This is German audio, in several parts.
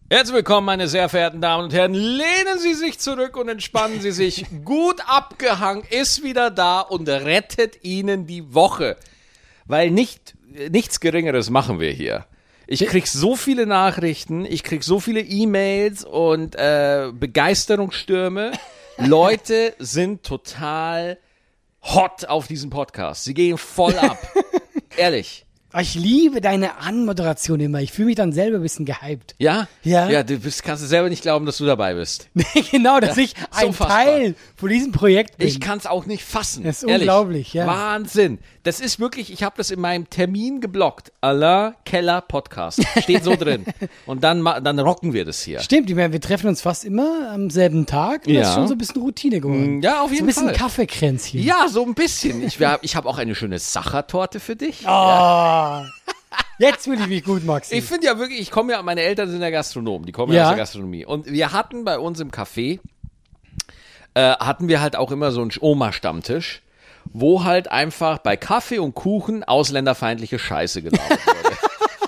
Herzlich willkommen, meine sehr verehrten Damen und Herren. Lehnen Sie sich zurück und entspannen Sie sich. Gut abgehangen ist wieder da und rettet Ihnen die Woche. Weil nichts Geringeres machen wir hier. Ich krieg so viele Nachrichten, ich krieg so viele E-Mails und Begeisterungsstürme. Leute sind total hot auf diesen Podcast. Sie gehen voll ab. Ehrlich. Ich liebe deine Anmoderation immer. Ich fühle mich dann selber ein bisschen gehypt. Ja? Ja. Ja, kannst du selber nicht glauben, dass du dabei bist. Genau, dass ich ein unfassbar. Teil von diesem Projekt bin. Ich kann es auch nicht fassen. Das ist ehrlich. unglaublich, ja. Wahnsinn. Das ist wirklich, ich habe das in meinem Termin geblockt. Alain Keller Podcast. Steht so drin. Und dann rocken wir das hier. Stimmt, ich meine, wir treffen uns fast immer am selben Tag. Und das ist Ja. schon so ein bisschen Routine geworden. Ja, auf jeden So ein bisschen Fall. Kaffeekränzchen. Ja, so ein bisschen. Ich hab auch eine schöne Sachertorte für dich. Oh. Jetzt fühle ich mich gut, Maxi. Ich finde ja wirklich, meine Eltern sind ja Gastronomen, die kommen ja aus der Gastronomie. Und wir hatten bei uns im Café, hatten wir halt auch immer so einen Oma-Stammtisch, wo halt einfach bei Kaffee und Kuchen ausländerfeindliche Scheiße gelabert wurde.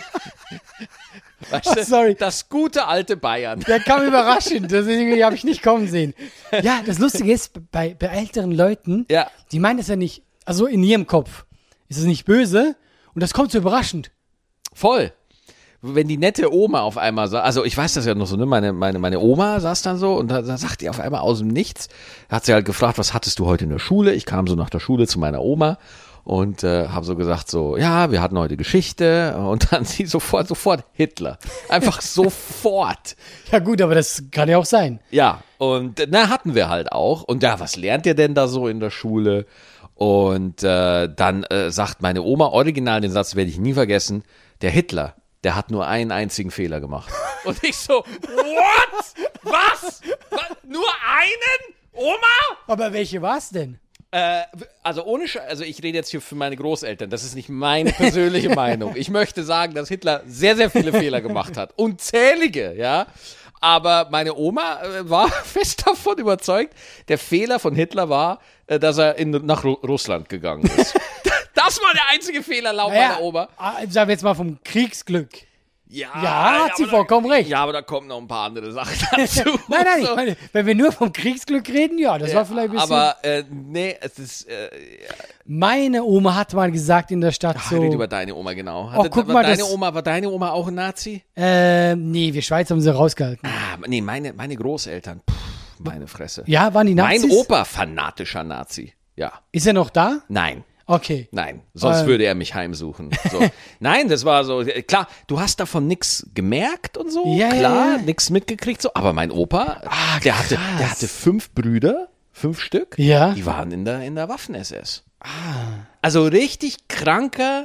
Weißt du, sorry. das gute alte Bayern. Der kam überraschend. Das habe ich nicht kommen sehen. Ja, das Lustige ist, bei älteren Leuten, Ja. die meinen das ja nicht, also in ihrem Kopf ist es nicht böse und das kommt so überraschend. Voll. Wenn die nette Oma auf einmal sagt, also ich weiß das ja noch so, ne, meine Oma saß dann so und da sagt die auf einmal aus dem Nichts, hat sie halt gefragt, was hattest du heute in der Schule? Ich kam so nach der Schule zu meiner Oma und habe so gesagt so, ja, wir hatten heute Geschichte und dann sie sofort Hitler. Einfach sofort. Ja gut, aber das kann ja auch sein. Ja, und hatten wir halt auch. Und ja, was lernt ihr denn da so in der Schule? Und dann sagt meine Oma original, den Satz werde ich nie vergessen, der Hitler, der hat nur einen einzigen Fehler gemacht. Und ich so, what? Was? Nur einen? Oma? Aber welche war es denn? Also ich rede jetzt hier für meine Großeltern, das ist nicht meine persönliche Meinung. Ich möchte sagen, dass Hitler sehr, sehr viele Fehler gemacht hat. Unzählige, ja. Aber meine Oma war fest davon überzeugt, der Fehler von Hitler war, dass er nach Russland gegangen ist. Das war der einzige Fehler laut meiner Oma. Sagen wir jetzt mal vom Kriegsglück. Ja, hat sie vollkommen recht. Ja, aber da kommen noch ein paar andere Sachen dazu. Nein, So. ich meine, wenn wir nur vom Kriegsglück reden, ja, das war vielleicht ein bisschen... Aber nee, es ist... Meine Oma hat mal gesagt in der Stadt so... Red über deine Oma, genau. Guck mal, War deine Oma auch ein Nazi? Nee, wir Schweizer haben sie rausgehalten. Nee, meine Großeltern. Meine Fresse. Ja, waren die Nazis? Mein Opa, fanatischer Nazi. Ja. Ist er noch da? Nein. Okay. Nein, sonst würde er mich heimsuchen. So. Nein, das war so, klar, du hast davon nichts gemerkt und so, Ja, klar, ja. nichts mitgekriegt, so, aber mein Opa, der hatte 5 Brüder, 5 Stück, Ja. die waren in der Waffen-SS. Also richtig kranker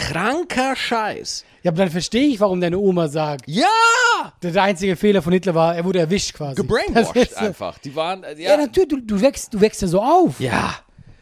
Scheiß. Ja, aber dann verstehe ich, warum deine Oma sagt, Ja! der einzige Fehler von Hitler war, er wurde erwischt quasi. Das Gebrainwashed ist so- einfach. Die waren, Ja, natürlich, du wächst ja so auf. Ja.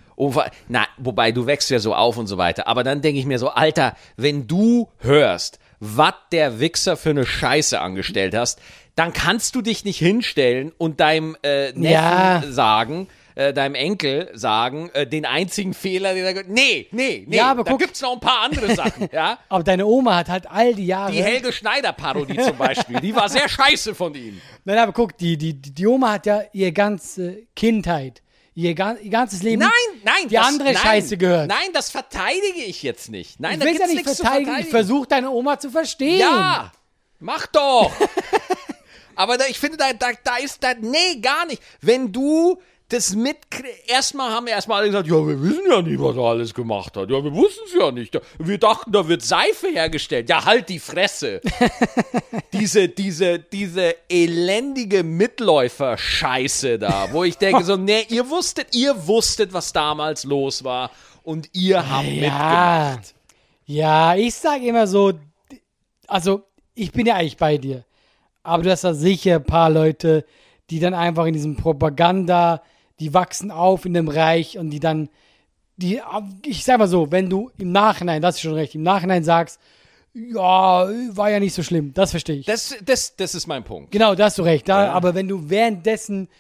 Wobei du wächst ja so auf und so weiter. Aber dann denke ich mir so, Alter, wenn du hörst, was der Wichser für eine Scheiße angestellt hast, dann kannst du dich nicht hinstellen und deinem Neffen sagen, deinem Enkel sagen, den einzigen Fehler, den er... Nee, Ja, aber da guck- gibt's noch ein paar andere Sachen, ja? Aber deine Oma hat halt all die Jahre... Die Helge Schneider-Parodie zum Beispiel, die war sehr scheiße von ihm. Nein, aber guck, die Oma hat ja ihre ganze Kindheit, ihr ganzes Leben Nein, die andere Scheiße gehört. Nein, das verteidige ich jetzt nicht. Nein, Ich da will ja gibt's nicht nichts zu verteidigen, ich versuche deine Oma zu verstehen. Ja, mach doch. Aber ich finde, da ist das, nee, gar nicht. Wenn du das erstmal haben alle gesagt, ja, wir wissen ja nicht, was er alles gemacht hat. Ja, wir wussten es ja nicht. Wir dachten, da wird Seife hergestellt. Ja, halt die Fresse. diese elendige Mitläufer-Scheiße da, wo ich denke so, nee, ihr wusstet, was damals los war und ihr habt mitgemacht. Ja, ich sage immer so, also ich bin ja eigentlich bei dir, aber du hast da sicher ein paar Leute, die dann einfach in diesem Propaganda, die wachsen auf in dem Reich und ich sag mal so, wenn du im Nachhinein, das ist schon recht, im Nachhinein sagst, ja, war ja nicht so schlimm, das verstehe ich. Das ist mein Punkt. Genau, da hast du recht, aber wenn du währenddessen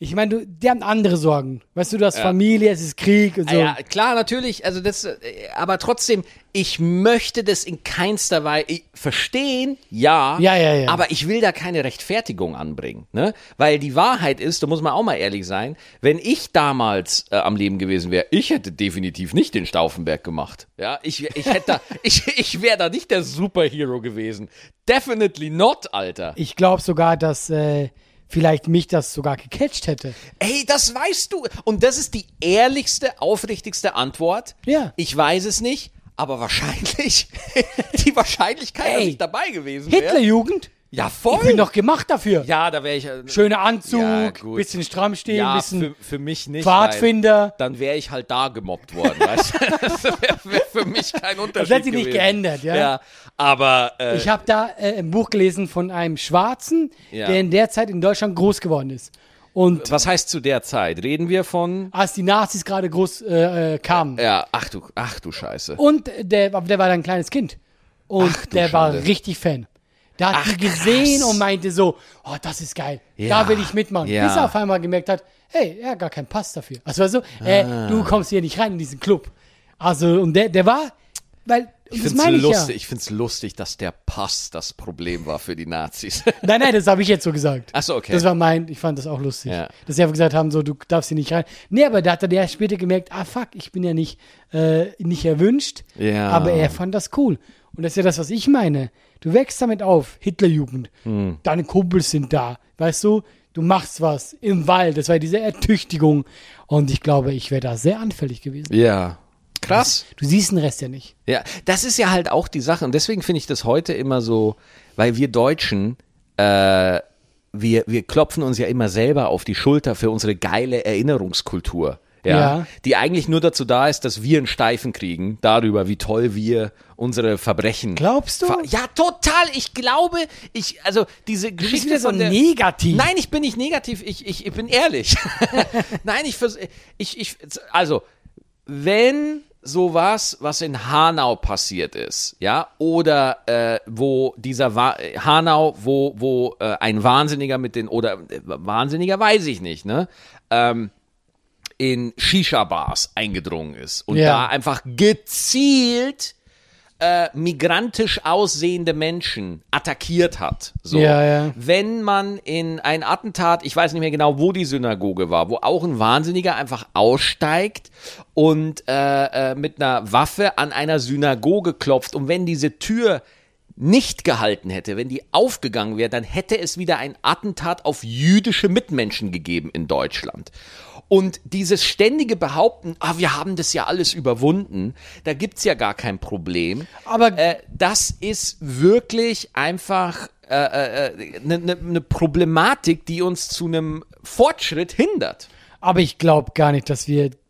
Ich meine, die haben andere Sorgen. Weißt du, du hast Familie, es ist Krieg und so. Ja, klar, natürlich, also das, aber trotzdem, ich möchte das in keinster Weise verstehen, ja, aber ich will da keine Rechtfertigung anbringen, ne? Weil die Wahrheit ist, da muss man auch mal ehrlich sein, wenn ich damals am Leben gewesen wäre, ich hätte definitiv nicht den Stauffenberg gemacht, ja, ich wäre da nicht der Superhero gewesen, definitely not, Alter. Ich glaube sogar, dass vielleicht mich das sogar gecatcht hätte. Ey, das weißt du. Und das ist die ehrlichste, aufrichtigste Antwort. Ja. Ich weiß es nicht, aber wahrscheinlich, die Wahrscheinlichkeit, dass ich dabei gewesen wäre. Hitlerjugend? Ja, voll. Ich bin doch gemacht dafür. Ja, da wäre ich. Schöner Anzug, Ja, gut. bisschen stramm stehen, Ja, bisschen für mich nicht. Pfadfinder. Weil dann wäre ich halt da gemobbt worden, weißt du? Das wär für mich kein Unterschied. Das hat sich nicht gewesen. geändert, ja. Ja, aber. Ich habe da ein Buch gelesen von einem Schwarzen, der in der Zeit in Deutschland groß geworden ist. Und was heißt zu der Zeit? Reden wir von. als die Nazis gerade groß kamen. Ja, ach du Scheiße. Und der war dann ein kleines Kind. Und Ach, du der war Schande. richtig Fan. Der hat die gesehen krass. und meinte so, oh, das ist geil. Ja, Da will ich mitmachen. ja. Bis er auf einmal gemerkt hat, hey, er hat gar keinen Pass dafür. Also weißt du, du kommst hier nicht rein in diesen Club. Also, und der war, weil, Ich das finde meine es ich lustig, ja. ich find's lustig, dass der Pass das Problem war für die Nazis. Nein, das habe ich jetzt so gesagt. Ach so, okay. Das war ich fand das auch lustig. Ja. Dass sie einfach gesagt haben, so, du darfst hier nicht rein. Nee, aber da hat er ja später gemerkt, fuck, ich bin ja nicht erwünscht. Ja. Aber er fand das cool. Und das ist ja das, was ich meine. Du wächst damit auf, Hitlerjugend. Deine Kumpels sind da. Weißt du, du machst was im Wald. Das war diese Ertüchtigung. Und ich glaube, ich wäre da sehr anfällig gewesen. Ja. Krass. Du siehst den Rest ja nicht. Ja, das ist ja halt auch die Sache. Und deswegen finde ich das heute immer so, weil wir Deutschen, wir klopfen uns ja immer selber auf die Schulter für unsere geile Erinnerungskultur. Ja, die eigentlich nur dazu da ist, dass wir einen Steifen kriegen darüber, wie toll wir unsere Verbrechen. Glaubst du? Ja, total. Ich glaube, also diese Du bist Geschichte wieder so von der. negativ. Nein, ich bin nicht negativ. Ich bin ehrlich. Nein, also, wenn sowas, was in Hanau passiert ist, ja, oder wo dieser Hanau, wo ein Wahnsinniger Wahnsinniger weiß ich nicht, ne, in Shisha-Bars eingedrungen ist und da einfach gezielt migrantisch aussehende Menschen attackiert hat. So. Ja. Wenn man in ein Attentat, ich weiß nicht mehr genau, wo die Synagoge war, wo auch ein Wahnsinniger einfach aussteigt und mit einer Waffe an einer Synagoge klopft, und wenn diese Tür nicht gehalten hätte, wenn die aufgegangen wäre, dann hätte es wieder ein Attentat auf jüdische Mitmenschen gegeben in Deutschland. Und dieses ständige Behaupten, wir haben das ja alles überwunden, da gibt's ja gar kein Problem. Aber das ist wirklich einfach eine Problematik, die uns zu einem Fortschritt hindert. Aber ich glaube gar nicht, dass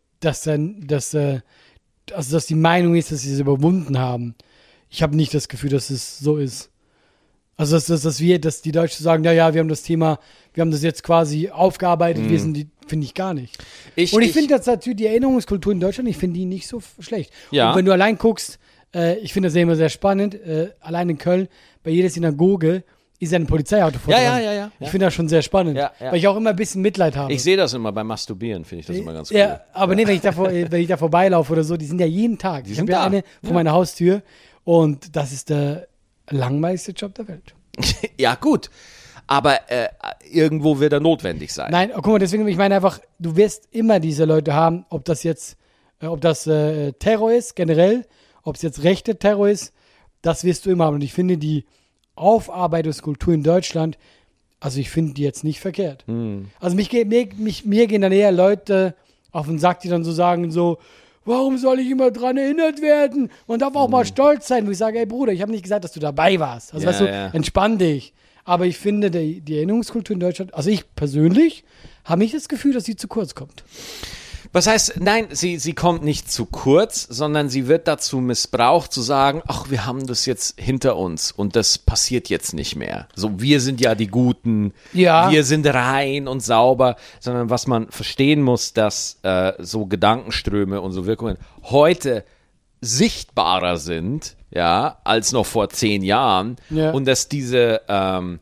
dass die Meinung ist, dass sie es überwunden haben. Ich habe nicht das Gefühl, dass es so ist. Also, dass die Deutschen sagen, wir haben das Thema, wir haben das jetzt quasi aufgearbeitet, finde ich gar nicht. Ich finde das natürlich, die Erinnerungskultur in Deutschland, ich finde die nicht so schlecht. Ja. Und wenn du allein guckst, ich finde das ja immer sehr spannend, allein in Köln, bei jeder Synagoge ist ein Polizeiauto vor dran. Ja. Ich finde das schon sehr spannend, weil ich auch immer ein bisschen Mitleid habe. Ich sehe das immer beim Masturbieren, finde ich das immer ganz cool. Ja, aber nee, wenn ich da vorbeilaufe oder so, die sind ja jeden Tag. Ich habe ja eine vor meiner Haustür und das ist der langweiligste Job der Welt. Ja, gut. Aber irgendwo wird er notwendig sein. Nein, guck mal, deswegen, ich meine einfach, du wirst immer diese Leute haben, ob das Terror ist, generell, ob es jetzt rechter Terror ist, das wirst du immer haben. Und ich finde die Aufarbeitungskultur in Deutschland, also ich finde die jetzt nicht verkehrt. Also mir gehen dann eher Leute auf den Sack, die dann so sagen, so, warum soll ich immer dran erinnert werden? Man darf auch mal stolz sein, wo ich sage, ey Bruder, ich habe nicht gesagt, dass du dabei warst. Also weißt du, entspann dich. Aber ich finde, die Erinnerungskultur in Deutschland, also ich persönlich, habe nicht das Gefühl, dass sie zu kurz kommt. Was heißt, nein, sie kommt nicht zu kurz, sondern sie wird dazu missbraucht, zu sagen, ach, wir haben das jetzt hinter uns und das passiert jetzt nicht mehr. So, wir sind ja die Guten, wir sind rein und sauber, sondern was man verstehen muss, dass so Gedankenströme und so Wirkungen heute sichtbarer sind, als noch vor 10 Jahren, und dass diese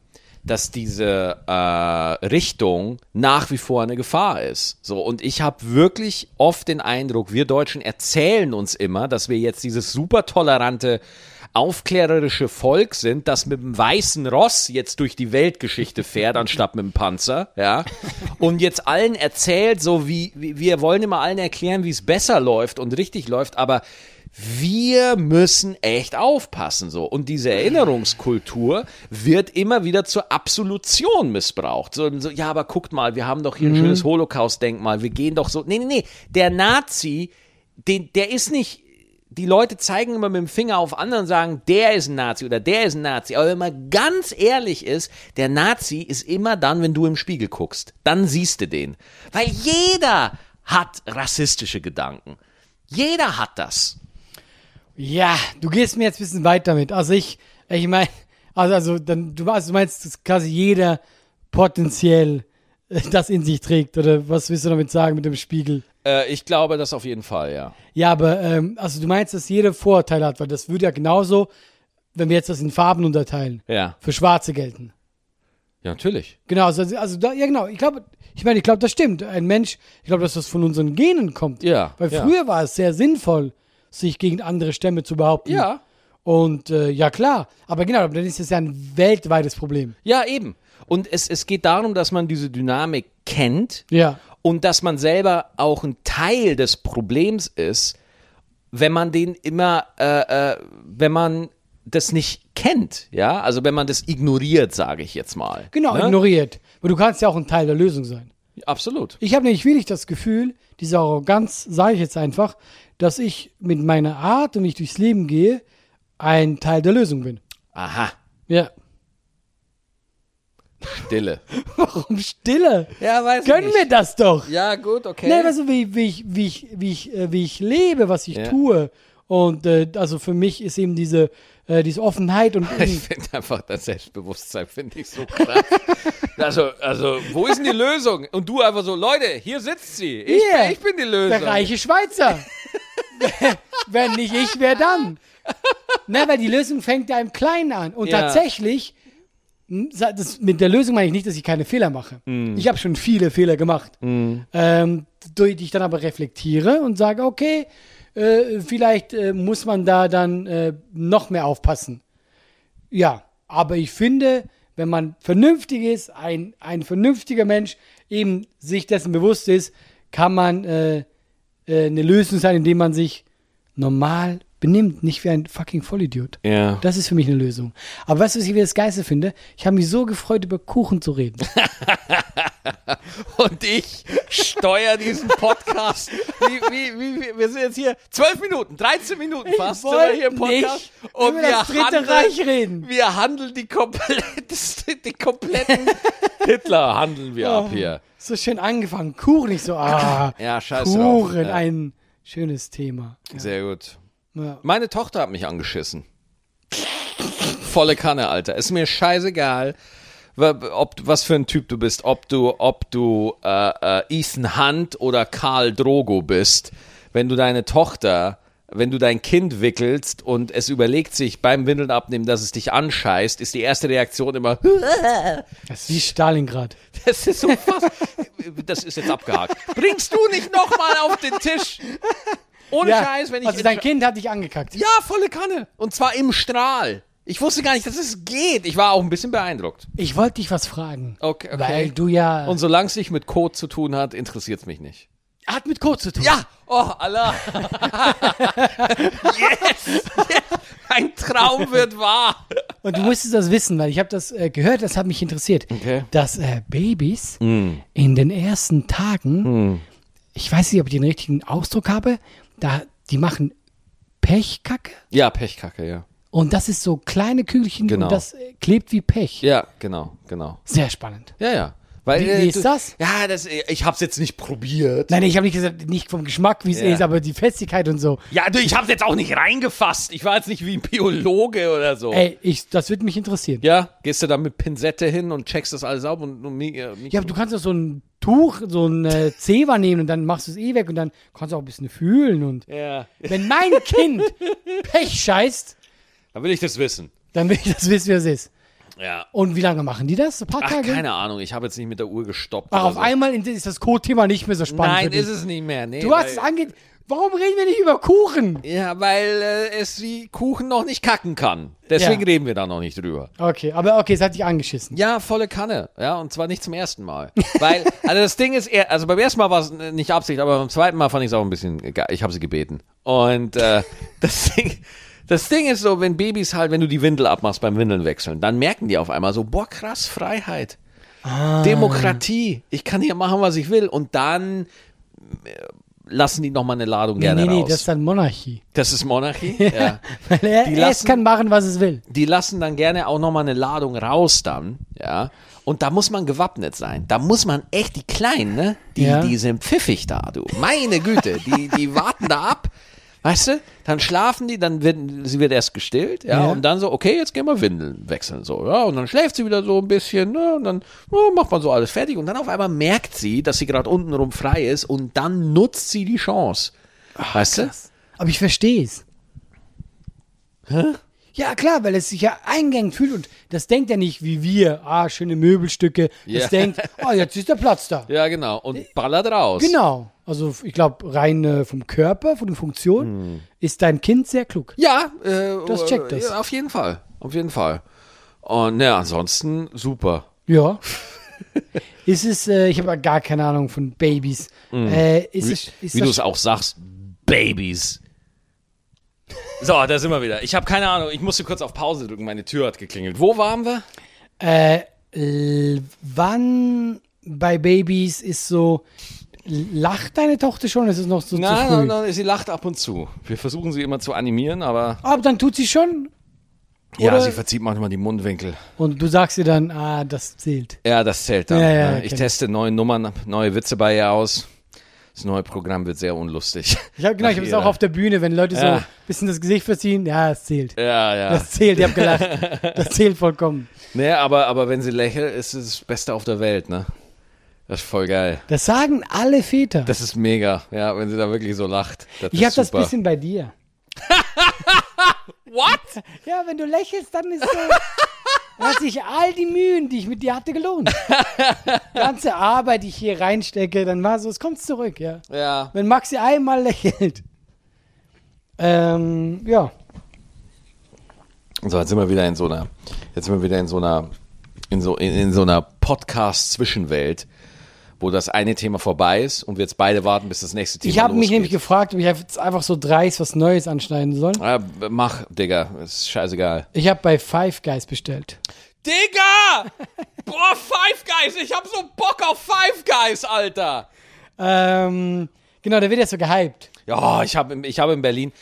diese Richtung nach wie vor eine Gefahr ist. So, und ich habe wirklich oft den Eindruck, wir Deutschen erzählen uns immer, dass wir jetzt dieses super tolerante, aufklärerische Volk sind, das mit dem weißen Ross jetzt durch die Weltgeschichte fährt, anstatt mit dem Panzer, ja, und jetzt allen erzählt, so wie wir wollen immer allen erklären, wie es besser läuft und richtig läuft, aber wir müssen echt aufpassen, so. Und diese Erinnerungskultur wird immer wieder zur Absolution missbraucht. So, ja, aber guckt mal, wir haben doch hier ein schönes Holocaust-Denkmal, wir gehen doch so. Nee. Der Nazi, der ist nicht, die Leute zeigen immer mit dem Finger auf andere und sagen, der ist ein Nazi oder der ist ein Nazi. Aber wenn man ganz ehrlich ist, der Nazi ist immer dann, wenn du im Spiegel guckst. Dann siehst du den. Weil jeder hat rassistische Gedanken. Jeder hat das. Ja, du gehst mir jetzt ein bisschen weit damit. Also ich meine, du meinst, dass quasi jeder potenziell das in sich trägt, oder was willst du damit sagen mit dem Spiegel? Ich glaube das auf jeden Fall, ja. Ja, aber also du meinst, dass jeder Vorurteile hat, weil das würde ja genauso, wenn wir jetzt das in Farben unterteilen, Ja. für Schwarze gelten. Ja, natürlich. Genau, genau. Ich glaube, das stimmt. Ein Mensch, ich glaube, dass das von unseren Genen kommt. Ja. Weil ja. früher war es sehr sinnvoll, sich gegen andere Stämme zu behaupten. Ja. Und ja, klar. Aber genau, dann ist es ja ein weltweites Problem. Ja, eben. Und es geht darum, dass man diese Dynamik kennt. Ja. Und dass man selber auch ein Teil des Problems ist, wenn man wenn man das nicht kennt, ja, also wenn man das ignoriert, sage ich jetzt mal. Genau, ne? ignoriert. Aber du kannst ja auch ein Teil der Lösung sein. Absolut. Ich habe nämlich wirklich das Gefühl, diese Arroganz, sage ich jetzt einfach, dass ich mit meiner Art und wie ich durchs Leben gehe, ein Teil der Lösung bin. Aha, Ja. Stille. Warum Stille? Ja, weiß Gönnen wir das doch. Ja, gut, okay. Nee, also wie ich lebe, was ich Ja. tue. Und also für mich ist eben diese Offenheit und Ich finde einfach das Selbstbewusstsein, finde ich so krass. also, wo ist denn die Lösung? Und du einfach so, Leute, hier sitzt sie. Ich bin die Lösung. der reiche Schweizer. Wenn nicht ich, wer dann? Na, weil die Lösung fängt ja im Kleinen an. Und Ja. tatsächlich, mit der Lösung meine ich nicht, dass ich keine Fehler mache. Ich habe schon viele Fehler gemacht, die ich dann aber reflektiere und sage, okay, vielleicht muss man da dann noch mehr aufpassen. Ja, aber ich finde, wenn man vernünftig ist, ein vernünftiger Mensch eben sich dessen bewusst ist, kann man eine Lösung sein, indem man sich normal benimmt, nicht wie ein fucking Vollidiot. Ja. Das ist für mich eine Lösung. Aber weißt du, was ich wieder das Geilste finde? Ich habe mich so gefreut, über Kuchen zu reden. Und ich steuere diesen Podcast. Wir sind jetzt hier 12 Minuten, 13 Minuten fast sind wir hier im Podcast. Nicht Und über das Dritte Reich reden. Wir handeln die kompletten Hitler handeln wir ab hier. So schön angefangen. Kuchen, nicht so, Ja, scheiß drauf. Kuchen, Ja. ein schönes Thema. Sehr gut. Ja. Meine Tochter hat mich angeschissen. Volle Kanne, Alter. Ist mir scheißegal, was für ein Typ du bist. Ob du Ethan Hunt oder Karl Drogo bist. Wenn du dein Kind wickelst und es überlegt sich beim Windeln abnehmen, dass es dich anscheißt, ist die erste Reaktion immer Das ist wie Stalingrad. das ist so fast. Das ist jetzt abgehakt. Bringst du nicht nochmal auf den Tisch? Ohne Scheiß, wenn ich. Also dein Kind hat dich angekackt. Ja, volle Kanne. Und zwar im Strahl. Ich wusste gar nicht, dass es geht. Ich war auch ein bisschen beeindruckt. Ich wollte dich was fragen. Okay. Weil du ja... Und solange es nicht mit Code zu tun hat, interessiert es mich nicht. Hat mit Code zu tun. Ja! Oh, Allah! Yes! Ein Traum wird wahr! Und du musstest das wissen, weil ich habe das gehört, das hat mich interessiert. Okay. Dass Babys in den ersten Tagen, ich weiß nicht, ob ich den richtigen Ausdruck habe, die machen Pechkacke. Ja, Pechkacke, ja. Und das ist so kleine Kügelchen Genau. und das klebt wie Pech. Ja, genau. Sehr spannend. Ja. Weil, Wie ist das? Ja, ich hab's jetzt nicht probiert. Nein, ich habe nicht gesagt, nicht vom Geschmack, wie es ist, aber die Festigkeit und so. Ja, ich hab's jetzt auch nicht reingefasst. Ich war jetzt nicht wie ein Biologe oder so. Ey, das würde mich interessieren. Ja, gehst du da mit Pinzette hin und checkst das alles ab und Ja, aber du kannst doch so ein Tuch, so ein Zewa nehmen und dann machst du es weg und dann kannst du auch ein bisschen fühlen. Und Ja. wenn mein Kind Pech scheißt, Dann will ich das wissen. dann will ich das wissen, wie es ist. Ja. Und wie lange machen die das? Ein paar Ach, Tage? keine Ahnung, ich habe jetzt nicht mit der Uhr gestoppt. Ach, oder auf so. einmal ist das Code-Thema nicht mehr so spannend für Nein, dich. ist es nicht mehr. Nee, Du hast es angeht. Warum reden wir nicht über Kuchen? Ja, weil es wie Kuchen noch nicht kacken kann. Deswegen Ja. reden wir da noch nicht drüber. Okay, aber okay, es hat dich angeschissen. Ja, volle Kanne. Ja, und zwar nicht zum ersten Mal. Weil, also das Ding ist, also beim ersten Mal war es nicht Absicht, aber beim zweiten Mal fand ich es auch ein bisschen geil. Ich habe sie gebeten. Und das Ding ist so, wenn Babys halt, wenn du die Windel abmachst beim Windeln wechseln, dann merken die auf einmal so, boah, krass, Freiheit. Demokratie. Ich kann hier machen, was ich will. Und dann lassen die nochmal eine Ladung gerne raus. Das ist dann Monarchie. Das ist Monarchie? Ja. Weil es kann machen, was es will. Die lassen dann gerne auch nochmal eine Ladung raus dann, ja. Und da muss man gewappnet sein. Da muss man echt, die Kleinen, ne? Die sind pfiffig da, du. Meine Güte, die warten da ab. Weißt du, dann schlafen die, sie wird erst gestillt, ja, und dann so, okay, jetzt gehen wir Windeln wechseln, so, ja, und dann schläft sie wieder so ein bisschen, ne, und dann macht man so alles fertig und dann auf einmal merkt sie, dass sie gerade untenrum frei ist und dann nutzt sie die Chance. Weißt du? Aber ich verstehe es. Hä? Ja, klar, weil es sich ja eingängig fühlt und das denkt ja nicht wie wir, schöne Möbelstücke. Das denkt, jetzt ist der Platz da. Ja, genau, und ballert raus. Genau. Also ich glaube, rein vom Körper, von den Funktionen, ist dein Kind sehr klug. Ja, Das checkt das. Ja, auf jeden Fall. Und ja, ansonsten super. Ja. Ist es, ich habe gar keine Ahnung von Babys. Wie du es auch sagst, Babys. So, da sind wir wieder. Ich habe keine Ahnung, ich musste kurz auf Pause drücken, meine Tür hat geklingelt. Wo waren wir? Wann bei Babys ist so, lacht deine Tochter schon? Ist es noch so zu früh? Nein, sie lacht ab und zu. Wir versuchen sie immer zu animieren, aber... Aber dann tut sie schon? Ja, Oder? sie verzieht manchmal die Mundwinkel. Und du sagst ihr dann, das zählt. Ja, das zählt dann. Ja, Ich teste neue Nummern, neue Witze bei ihr aus. Das neue Programm wird sehr unlustig. Ich habe es auch auf der Bühne, wenn Leute so ein bisschen das Gesicht verziehen, es zählt. Ja. Das zählt, ich habe gelacht. Das zählt vollkommen. Nee, aber wenn sie lächelt, ist es das Beste auf der Welt, ne? Das ist voll geil. Das sagen alle Väter. Das ist mega, ja, wenn sie da wirklich so lacht. Ich habe das bisschen bei dir. What? Ja, wenn du lächelst, dann ist hat sich all die Mühen, die ich mit dir hatte, gelohnt. Die ganze Arbeit, die ich hier reinstecke, dann war so, es kommt zurück, ja. Ja. Wenn Maxi einmal lächelt. Ja. So, jetzt sind wir wieder in so einer Podcast-Zwischenwelt, wo das eine Thema vorbei ist und wir jetzt beide warten, bis das nächste Thema Ich habe mich losgeht. nämlich gefragt, ob ich jetzt einfach so dreist was Neues anschneiden soll. Ja, mach, Digga, ist scheißegal. Ich habe bei Five Guys bestellt. Digga! Boah, Five Guys, ich hab so Bock auf Five Guys, Alter! Genau, der wird ja so gehypt. Ja, ich habe in Berlin,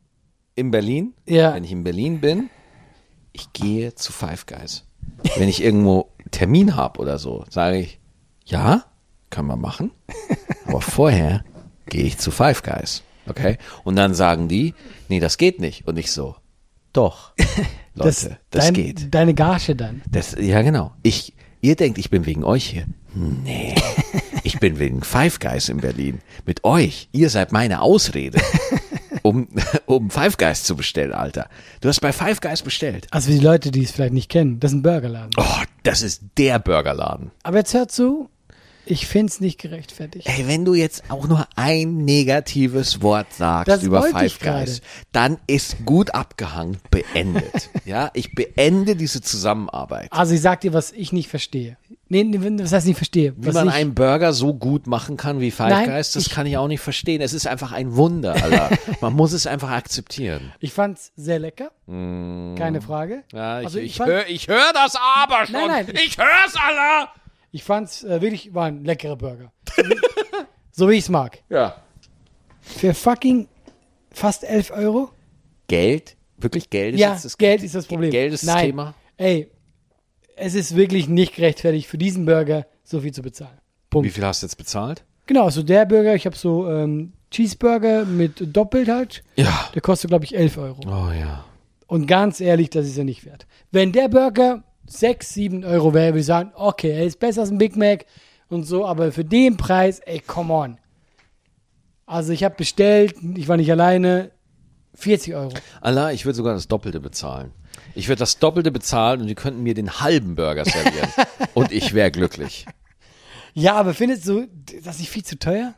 Ja. wenn ich in Berlin bin, ich gehe zu Five Guys. Wenn ich irgendwo einen Termin habe oder so, sage ich, ja, können wir machen, aber vorher gehe ich zu Five Guys, okay? Und dann sagen die, nee, das geht nicht. Und ich so, doch, Leute, das geht. Deine Gage dann. Ja, genau. Ihr denkt, ich bin wegen euch hier. Nee, ich bin wegen Five Guys in Berlin. Mit euch. Ihr seid meine Ausrede, um Five Guys zu bestellen, Alter. Du hast bei Five Guys bestellt. Also für die Leute, die es vielleicht nicht kennen, das ist ein Burgerladen. Oh, das ist der Burgerladen. Aber jetzt hör zu, ich find's nicht gerechtfertigt. Ey, wenn du jetzt auch nur ein negatives Wort sagst Das über wollte Five ich Guys, gerade. dann ist gut abgehangen, beendet. Ja, ich beende diese Zusammenarbeit. Also ich sag dir, was ich nicht verstehe. Nee, was heißt nicht verstehe? Wie man einen Burger so gut machen kann wie Five Nein, Guys, das kann ich auch nicht verstehen. Es ist einfach ein Wunder, Alter. Man muss es einfach akzeptieren. Ich fand's sehr lecker. Keine Frage. Ja, Also ich fand- hör das aber schon. Nein. Ich hör's, Alter. Ich fand's wirklich, war ein leckerer Burger. So wie ich's mag. Ja. Für fucking fast 11 Euro? Geld? Wirklich Geld ist Ja, jetzt das Geld ist das Problem. Geld ist das Nein. Thema? Ey, es ist wirklich nicht gerechtfertigt, für diesen Burger so viel zu bezahlen. Punkt. Wie viel hast du jetzt bezahlt? Genau, also der Burger, ich habe so Cheeseburger mit doppelt halt. Ja. Der kostet, glaube ich, 11 Euro. Oh ja. Und ganz ehrlich, das ist ja nicht wert. Wenn der Burger 6, 7 Euro wäre, würde ich sagen, okay, er ist besser als ein Big Mac und so, aber für den Preis, ey, come on. Also ich habe bestellt, ich war nicht alleine, 40 Euro. Allah, ich würde sogar das Doppelte bezahlen. Ich würde das Doppelte bezahlen und die könnten mir den halben Burger servieren. Und ich wäre glücklich. Ja, aber findest du das nicht viel zu teuer?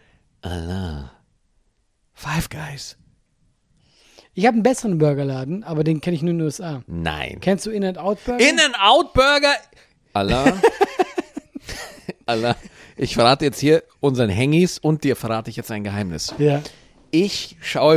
Five Guys. Ich habe einen besseren Burgerladen, aber den kenne ich nur in den USA. Nein. Kennst du In-N-Out Burger? In-N-Out Burger? Allah. Allah. Ich verrate jetzt hier unseren Hengis und dir verrate ich jetzt ein Geheimnis. Ja. Ich schaue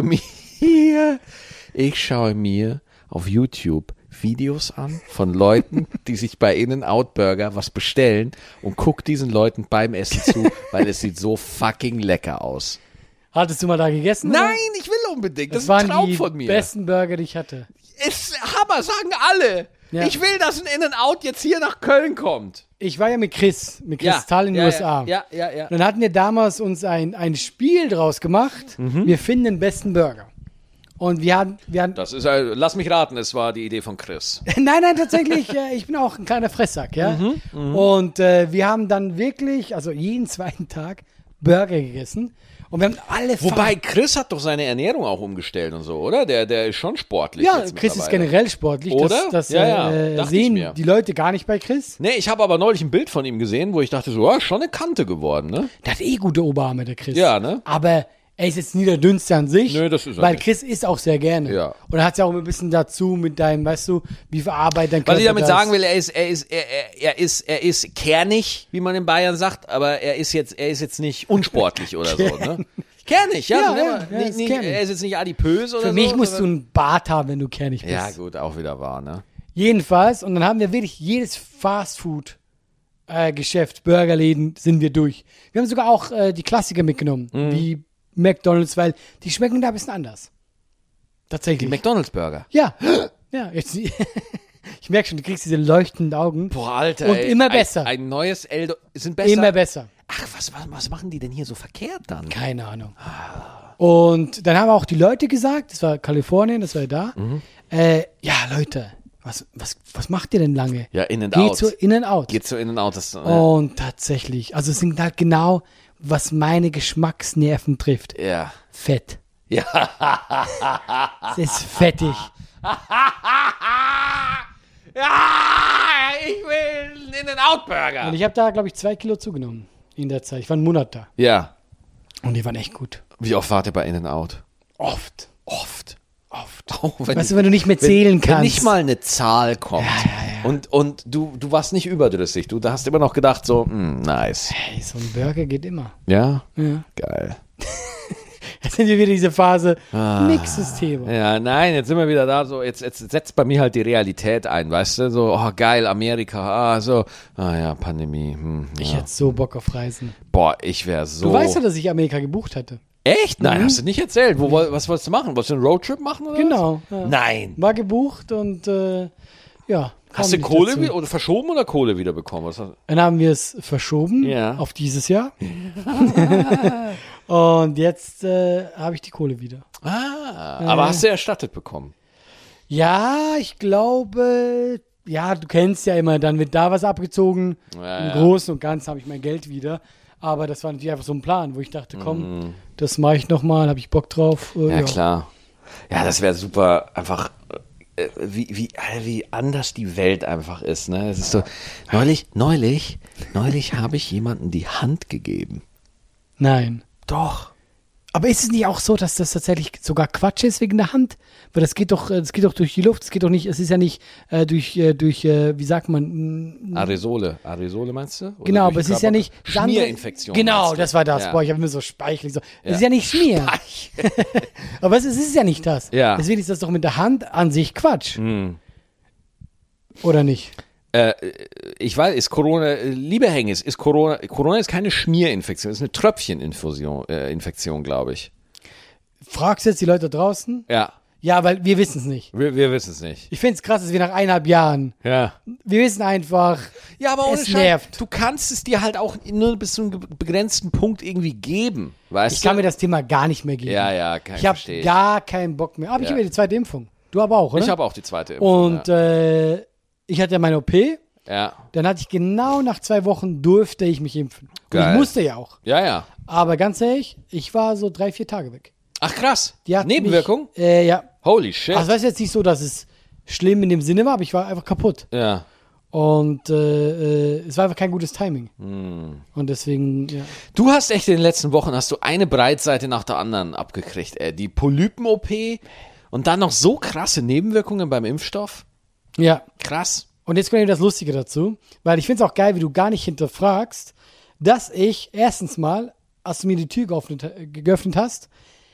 mir auf YouTube Videos an von Leuten, die sich bei In-N-Out Burger was bestellen und guck diesen Leuten beim Essen zu, weil es sieht so fucking lecker aus. Hattest du mal da gegessen? Nein, oder? ich will unbedingt. Das ist waren ein Traum die von mir. besten Burger, die ich hatte. Ist Hammer, sagen alle. Ja. Ich will, dass ein In-N-Out jetzt hier nach Köln kommt. Ich war ja mit Chris Tal in den USA. Ja. Und dann hatten wir damals uns ein Spiel draus gemacht. Wir finden den besten Burger. Und wir haben Das ist, lass mich raten, es war die Idee von Chris. nein, tatsächlich, ich bin auch ein kleiner Fresssack, ja. Und wir haben dann wirklich, also jeden zweiten Tag Burger gegessen. Und wir haben alle Wobei, Chris hat doch seine Ernährung auch umgestellt und so, oder? Der ist schon sportlich. Ja, jetzt Chris ist mittlerweile. generell sportlich. Oder? Das Ja, dachte ich sehen mir. die Leute gar nicht bei Chris. Nee, ich habe aber neulich ein Bild von ihm gesehen, wo ich dachte so, ja, schon eine Kante geworden, ne? Der hat gute Oberarme, der Chris. Ja, ne? Aber er ist jetzt nie der Dünnste an sich. Nö, das ist er weil nicht. Chris isst auch sehr gerne. Ja. Und er hat ja auch ein bisschen dazu mit deinem, weißt du, wie verarbeitet dein Körper Was ich damit das. sagen will, er ist kernig, wie man in Bayern sagt, aber er ist jetzt nicht unsportlich oder so, ne? Kernig, ja. Ja, so, ja, nicht, ist nicht, kernig. er ist jetzt nicht adipös oder so. Für mich musst du sondern- einen Bart haben, wenn du kernig bist. Ja, gut, auch wieder wahr, ne? Jedenfalls, und dann haben wir wirklich jedes Fastfood Geschäft, Burgerläden sind wir durch. Wir haben sogar auch die Klassiker mitgenommen, wie McDonald's, weil die schmecken da ein bisschen anders. Tatsächlich. McDonald's-Burger. Ja, ja, jetzt, ich merke schon, du kriegst diese leuchtenden Augen. Boah, Alter, Und ey, immer besser. Ein neues Eldo sind besser. Immer besser. Ach, was machen die denn hier so verkehrt dann? Keine Ahnung. Und dann haben auch die Leute gesagt, das war Kalifornien, das war da, ja, Leute, was macht ihr denn lange? Ja, In-N-Out. Geht zu In-N-Out. Geht zu In-N-Out. Und tatsächlich, also es sind halt genau, was meine Geschmacksnerven trifft. Ja. Fett. Ja. Es ist fettig. Ja, ich will einen In-N-Out-Burger. Und ich habe da, glaube ich, 2 Kilo zugenommen in der Zeit. Ich war einen Monat da. Ja. Und die waren echt gut. Wie oft wart ihr bei In-N-Out? Oft. Oft. Oft. Oh, Weißt du, wenn du nicht mehr zählen wenn kannst. nicht mal eine Zahl kommt. Und du warst nicht überdrüssig. Du hast immer noch gedacht so, nice. Hey, so ein Burger geht immer. Ja? Ja. Geil. Jetzt sind wir wieder diese Phase. Nächstes Thema. Ja, nein, jetzt sind wir wieder da, so, jetzt setzt bei mir halt die Realität ein, weißt du, so, oh, geil, Amerika, ja, Pandemie, Ich ja. hätte so Bock auf Reisen. Boah, ich wäre so. Du weißt ja, dass ich Amerika gebucht hatte. Echt? Nein, hast du nicht erzählt. Was wolltest du machen? Wolltest du einen Roadtrip machen oder Genau. was? Ja. Nein. War gebucht und ja. Hast du Kohle oder verschoben oder Kohle wieder bekommen? Dann haben wir es verschoben Ja. auf dieses Jahr. Und jetzt habe ich die Kohle wieder. Aber hast du erstattet bekommen? Ja, ich glaube, ja, du kennst ja immer, dann wird da was abgezogen. Ja, Im Großen und Ganzen habe ich mein Geld wieder. Aber das war natürlich einfach so ein Plan, wo ich dachte, komm, das mache ich nochmal, habe ich Bock drauf. Ja, klar. Ja, das wäre super, einfach, wie anders die Welt einfach ist, ne? Es ist so, neulich habe ich jemandem die Hand gegeben. Nein. Doch. Aber ist es nicht auch so, dass das tatsächlich sogar Quatsch ist wegen der Hand? Weil das geht doch durch die Luft, es geht doch nicht, es ist ja nicht durch wie sagt man? Aerosole meinst du? Oder Genau, durch aber es den ist ja Körper? nicht das andere- Schmierinfektion. Genau, meinst du? das war das. Ja. Boah, ich habe immer so speichelig so. Es ist ja nicht Schmier. Aber es ist ja nicht das. Ja. Deswegen ist das doch mit der Hand an sich Quatsch. Oder nicht? Ich weiß, ist Corona, liebe Hengis, ist Corona ist keine Schmierinfektion, ist eine Tröpfcheninfektion, glaube ich. Fragst du jetzt die Leute da draußen? Ja, Ja, weil wir wissen es nicht. wir wissen es nicht. Ich finde es krass, dass wir nach 1,5 Jahren, Ja. wir wissen einfach, Ja, aber ohne es Scheiß, nervt. du kannst es dir halt auch nur bis zu einem begrenzten Punkt irgendwie geben, weißt Ich du? kann mir das Thema gar nicht mehr geben. Ja, Ich habe verstehe gar keinen Bock mehr. Aber ich habe ja die zweite Impfung. Du aber auch, oder? Ich habe auch die zweite Impfung. Und ich hatte ja meine OP. ja. Dann hatte ich genau nach 2 Wochen durfte ich mich impfen. Und Geil. ich musste ja auch. Ja. Aber ganz ehrlich, ich war so 3-4 Tage weg. Ach krass. Die hat Nebenwirkung? Mich, ja. Holy shit. Also das ist jetzt nicht so, dass es schlimm in dem Sinne war, aber ich war einfach kaputt. Ja. Und es war einfach kein gutes Timing. Und deswegen, ja. Du hast echt in den letzten Wochen, hast du eine Breitseite nach der anderen abgekriegt, ey. Die Polypen-OP und dann noch so krasse Nebenwirkungen beim Impfstoff. Ja. Krass. Und jetzt kommt eben das Lustige dazu, weil ich finde es auch geil, wie du gar nicht hinterfragst, dass ich erstens mal, als du mir die Tür geöffnet hast,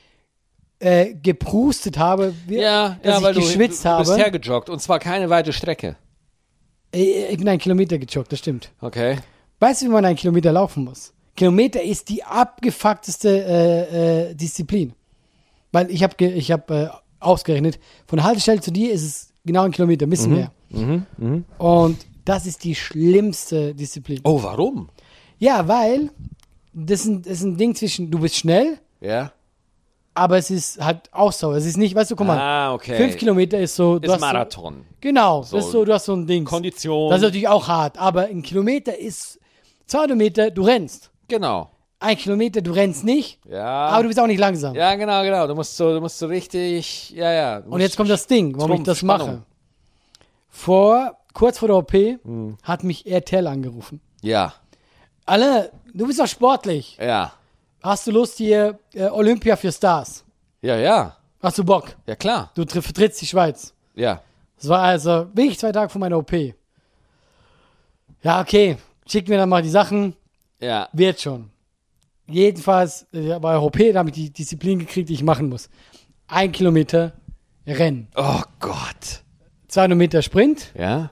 geprustet habe, dass ich geschwitzt habe. Du bist hergejoggt und zwar keine weite Strecke. Ich bin 1 Kilometer gejoggt, das stimmt. Okay. Weißt du, wie man 1 Kilometer laufen muss? Kilometer ist die abgefuckteste Disziplin. Weil ich hab ausgerechnet, von der Haltestelle zu dir ist es genau 1 Kilometer, ein bisschen mehr. Und das ist die schlimmste Disziplin. Oh, warum? Ja, weil das ist ein Ding zwischen, du bist schnell, Ja. aber es ist halt Ausdauer. Es ist nicht, weißt du, guck mal, Okay. 5 Kilometer ist so, Ist Marathon. Genau, das ist so, du hast so ein Ding. Kondition. Das ist natürlich auch hart, aber 1 Kilometer ist 200 Meter, du rennst. Genau. 1 Kilometer, du rennst nicht, Ja. aber du bist auch nicht langsam. Ja, genau. Du musst so richtig, ja. Und jetzt kommt das Ding, warum ich das Spannung. mache. Kurz vor der OP hat mich RTL angerufen. Ja. Du bist doch sportlich. Ja. Hast du Lust hier, Olympia für Stars? Ja. Hast du Bock? Ja, klar. Du vertrittst die Schweiz. Ja. Das war also wirklich 2 Tage vor meiner OP. Ja, okay. Schick mir dann mal die Sachen. Ja. Wird schon. Jedenfalls bei der OP, da habe ich die Disziplin gekriegt, die ich machen muss. 1 Kilometer Rennen. Oh Gott. 200 Meter Sprint. Ja.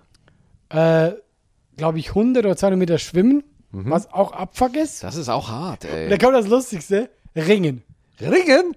Glaube ich 100 oder 200 Meter Schwimmen. Was auch Abfuck ist. Das ist auch hart, Und da ey. kommt das Lustigste. Ringen. Ringen?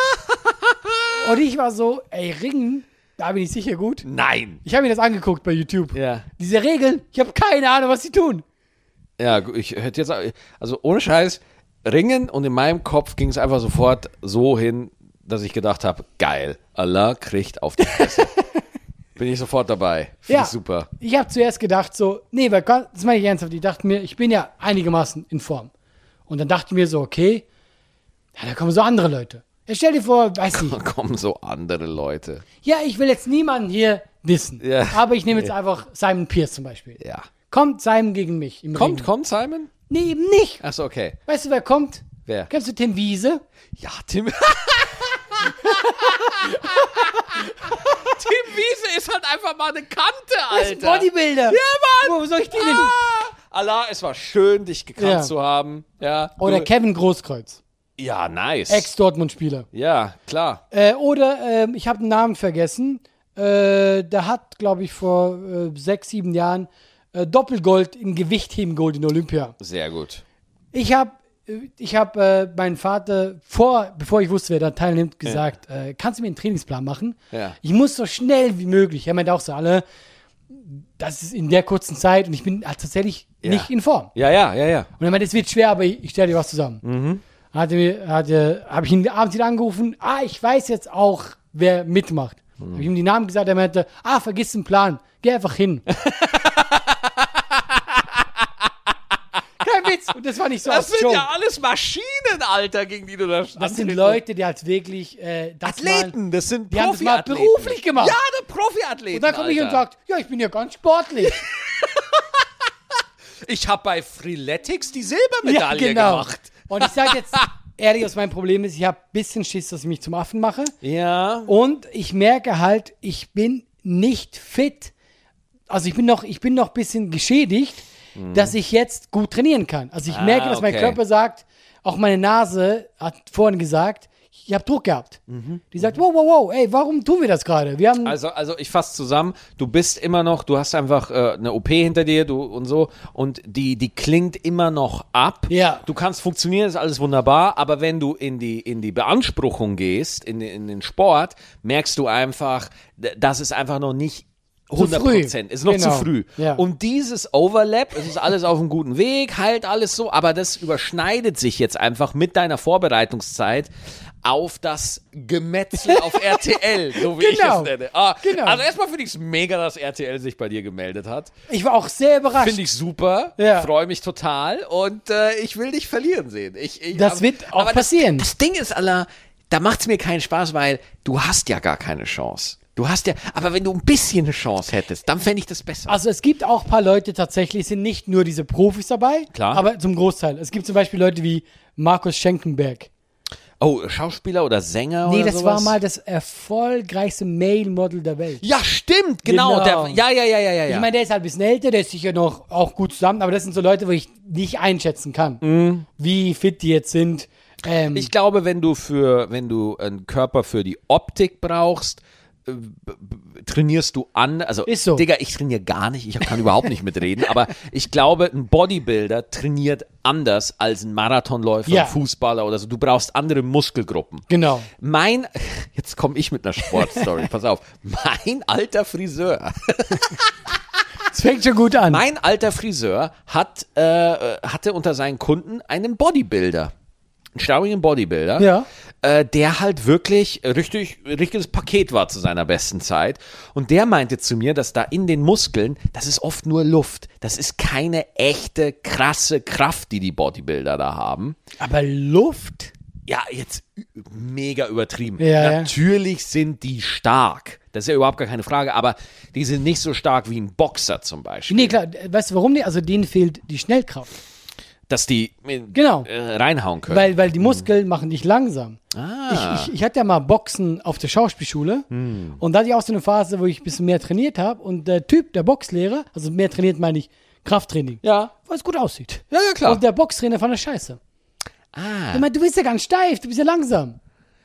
Und ich war so, ey, Ringen, da bin ich sicher gut. Nein. Ich habe mir das angeguckt bei YouTube. Ja. Diese Regeln, ich habe keine Ahnung, was sie tun. Ja, ich hätte jetzt, also ohne Scheiß, Ringen und in meinem Kopf ging es einfach sofort so hin, dass ich gedacht habe, geil, Allah kriegt auf die Fresse. Bin ich sofort dabei. Finde ich super. Ich habe zuerst gedacht so, nee, weil das meine ich ernsthaft. Ich dachte mir, ich bin ja einigermaßen in Form. Und dann dachte ich mir so, okay, ja, da kommen so andere Leute. Ja, stell dir vor, weiß nicht. Da kommen so andere Leute. Ja, ich will jetzt niemanden hier dissen. Ja. Aber ich nehme jetzt einfach Simon Pierce zum Beispiel. Ja. Kommt Simon gegen mich im Ring. Kommt Simon? Nee, eben nicht. Achso, okay. Weißt du, wer kommt? Wer? Kennst du Tim Wiese? Ja, Tim. Tim Wiese ist halt einfach mal eine Kante, Das ist Alter. Bodybuilder. Ja, Mann. Wo soll ich den denn? Allah, es war schön, dich gekannt Ja. zu haben. Ja. Oder Du- Kevin Großkreuz. Ja, nice. Ex-Dortmund-Spieler. Ja, klar. Oder ich habe den Namen vergessen. Der hat, glaube ich, vor 6, 7 Jahren Doppelgold im Gewichtheben geholt in Olympia. Sehr gut. Ich habe meinen Vater, bevor ich wusste, wer da teilnimmt, gesagt, kannst du mir einen Trainingsplan machen? Ja. Ich muss so schnell wie möglich. Er meinte auch so, das ist in der kurzen Zeit und ich bin halt tatsächlich Ja. nicht in Form. Ja. Und er meinte, es wird schwer, aber ich stelle dir was zusammen. Habe ich ihn abends wieder angerufen, ich weiß jetzt auch, wer mitmacht. Habe ich ihm die Namen gesagt, er meinte, vergiss den Plan, geh einfach hin. Kein Witz. Und das war nicht so Das als sind Joke. ja alles Maschinen, Alter, gegen die du da Das sind Leute, die halt wirklich Athleten, das sind die haben das mal Profiathleten. beruflich gemacht. Ja, eine Profiathleten. Und dann komme ich und Alter. sagt, ja, ich bin ja ganz sportlich. Ich habe bei Freeletics die Silbermedaille gemacht. Und ich sage jetzt ehrlich, was mein Problem ist, ich habe ein bisschen Schiss, dass ich mich zum Affen mache. Ja. Und ich merke halt, ich bin nicht fit. Also ich bin noch ein bisschen geschädigt, dass ich jetzt gut trainieren kann. Also ich merke, dass mein okay. Körper sagt, auch meine Nase hat vorhin gesagt, ich habe Druck gehabt. Die sagt, wow, ey, warum tun wir das gerade? Wir haben Also ich fasse zusammen, du bist immer noch, du hast einfach eine OP hinter dir und so und die klingt immer noch ab. Ja. Du kannst funktionieren, ist alles wunderbar, aber wenn du in die Beanspruchung gehst, in den Sport, merkst du einfach, das ist einfach noch nicht 100%, ist noch Genau. zu früh. Ja. Und dieses Overlap, es ist alles auf einem guten Weg, halt alles so, aber das überschneidet sich jetzt einfach mit deiner Vorbereitungszeit auf das Gemetzel auf RTL, so wie ich Genau. es nenne. Genau. Also erstmal finde ich es mega, dass RTL sich bei dir gemeldet hat. ich war auch sehr überrascht. Finde ich super, Ja. freue mich total und ich will dich verlieren sehen. Das wird auch passieren. Das Ding ist, Alter, da macht es mir keinen Spaß, weil du hast ja gar keine Chance. Du hast ja, aber wenn du ein bisschen eine Chance hättest, dann fände ich das besser. Also es gibt auch ein paar Leute tatsächlich, es sind nicht nur diese Profis dabei, Klar. aber zum Großteil. Es gibt zum Beispiel Leute wie Markus Schenkenberg. Oh, Schauspieler oder Sänger Nee, oder das sowas? war mal das erfolgreichste Male-Model der Welt. Ja, stimmt, genau. Genau. Ja. Ich meine, der ist halt ein bisschen älter, der ist sicher noch auch gut zusammen, aber das sind so Leute, wo ich nicht einschätzen kann, wie fit die jetzt sind. Ich glaube, wenn du einen Körper für die Optik brauchst, trainierst du an, also Ist so. Digga, ich trainiere gar nicht, ich kann überhaupt nicht mitreden, aber ich glaube, ein Bodybuilder trainiert anders als ein Marathonläufer, Ja. ein Fußballer oder so. Du brauchst andere Muskelgruppen. Genau. Jetzt komme ich mit einer Sportstory, pass auf. Mein alter Friseur Es fängt schon gut an. Mein alter Friseur hatte unter seinen Kunden einen Bodybuilder. Einen staubigen Bodybuilder. Ja. Der halt wirklich richtiges Paket war zu seiner besten Zeit. Und der meinte zu mir, dass da in den Muskeln, das ist oft nur Luft. Das ist keine echte, krasse Kraft, die Bodybuilder da haben. Aber Luft? Ja, jetzt mega übertrieben. Ja, Natürlich sind die stark. Das ist ja überhaupt gar keine Frage. Aber die sind nicht so stark wie ein Boxer zum Beispiel. Nee, klar, weißt du warum nicht? Also denen fehlt die Schnellkraft. Dass die Genau. reinhauen können. Weil die Muskeln machen dich langsam. Ah. Ich hatte ja mal Boxen auf der Schauspielschule und da hatte ich auch so eine Phase, wo ich ein bisschen mehr trainiert habe und der Typ, der Boxlehrer, also mehr trainiert meine ich Krafttraining, Ja. weil es gut aussieht. Ja, klar. Und der Boxtrainer fand das scheiße. Ah. Ich meine, du bist ja ganz steif, du bist ja langsam.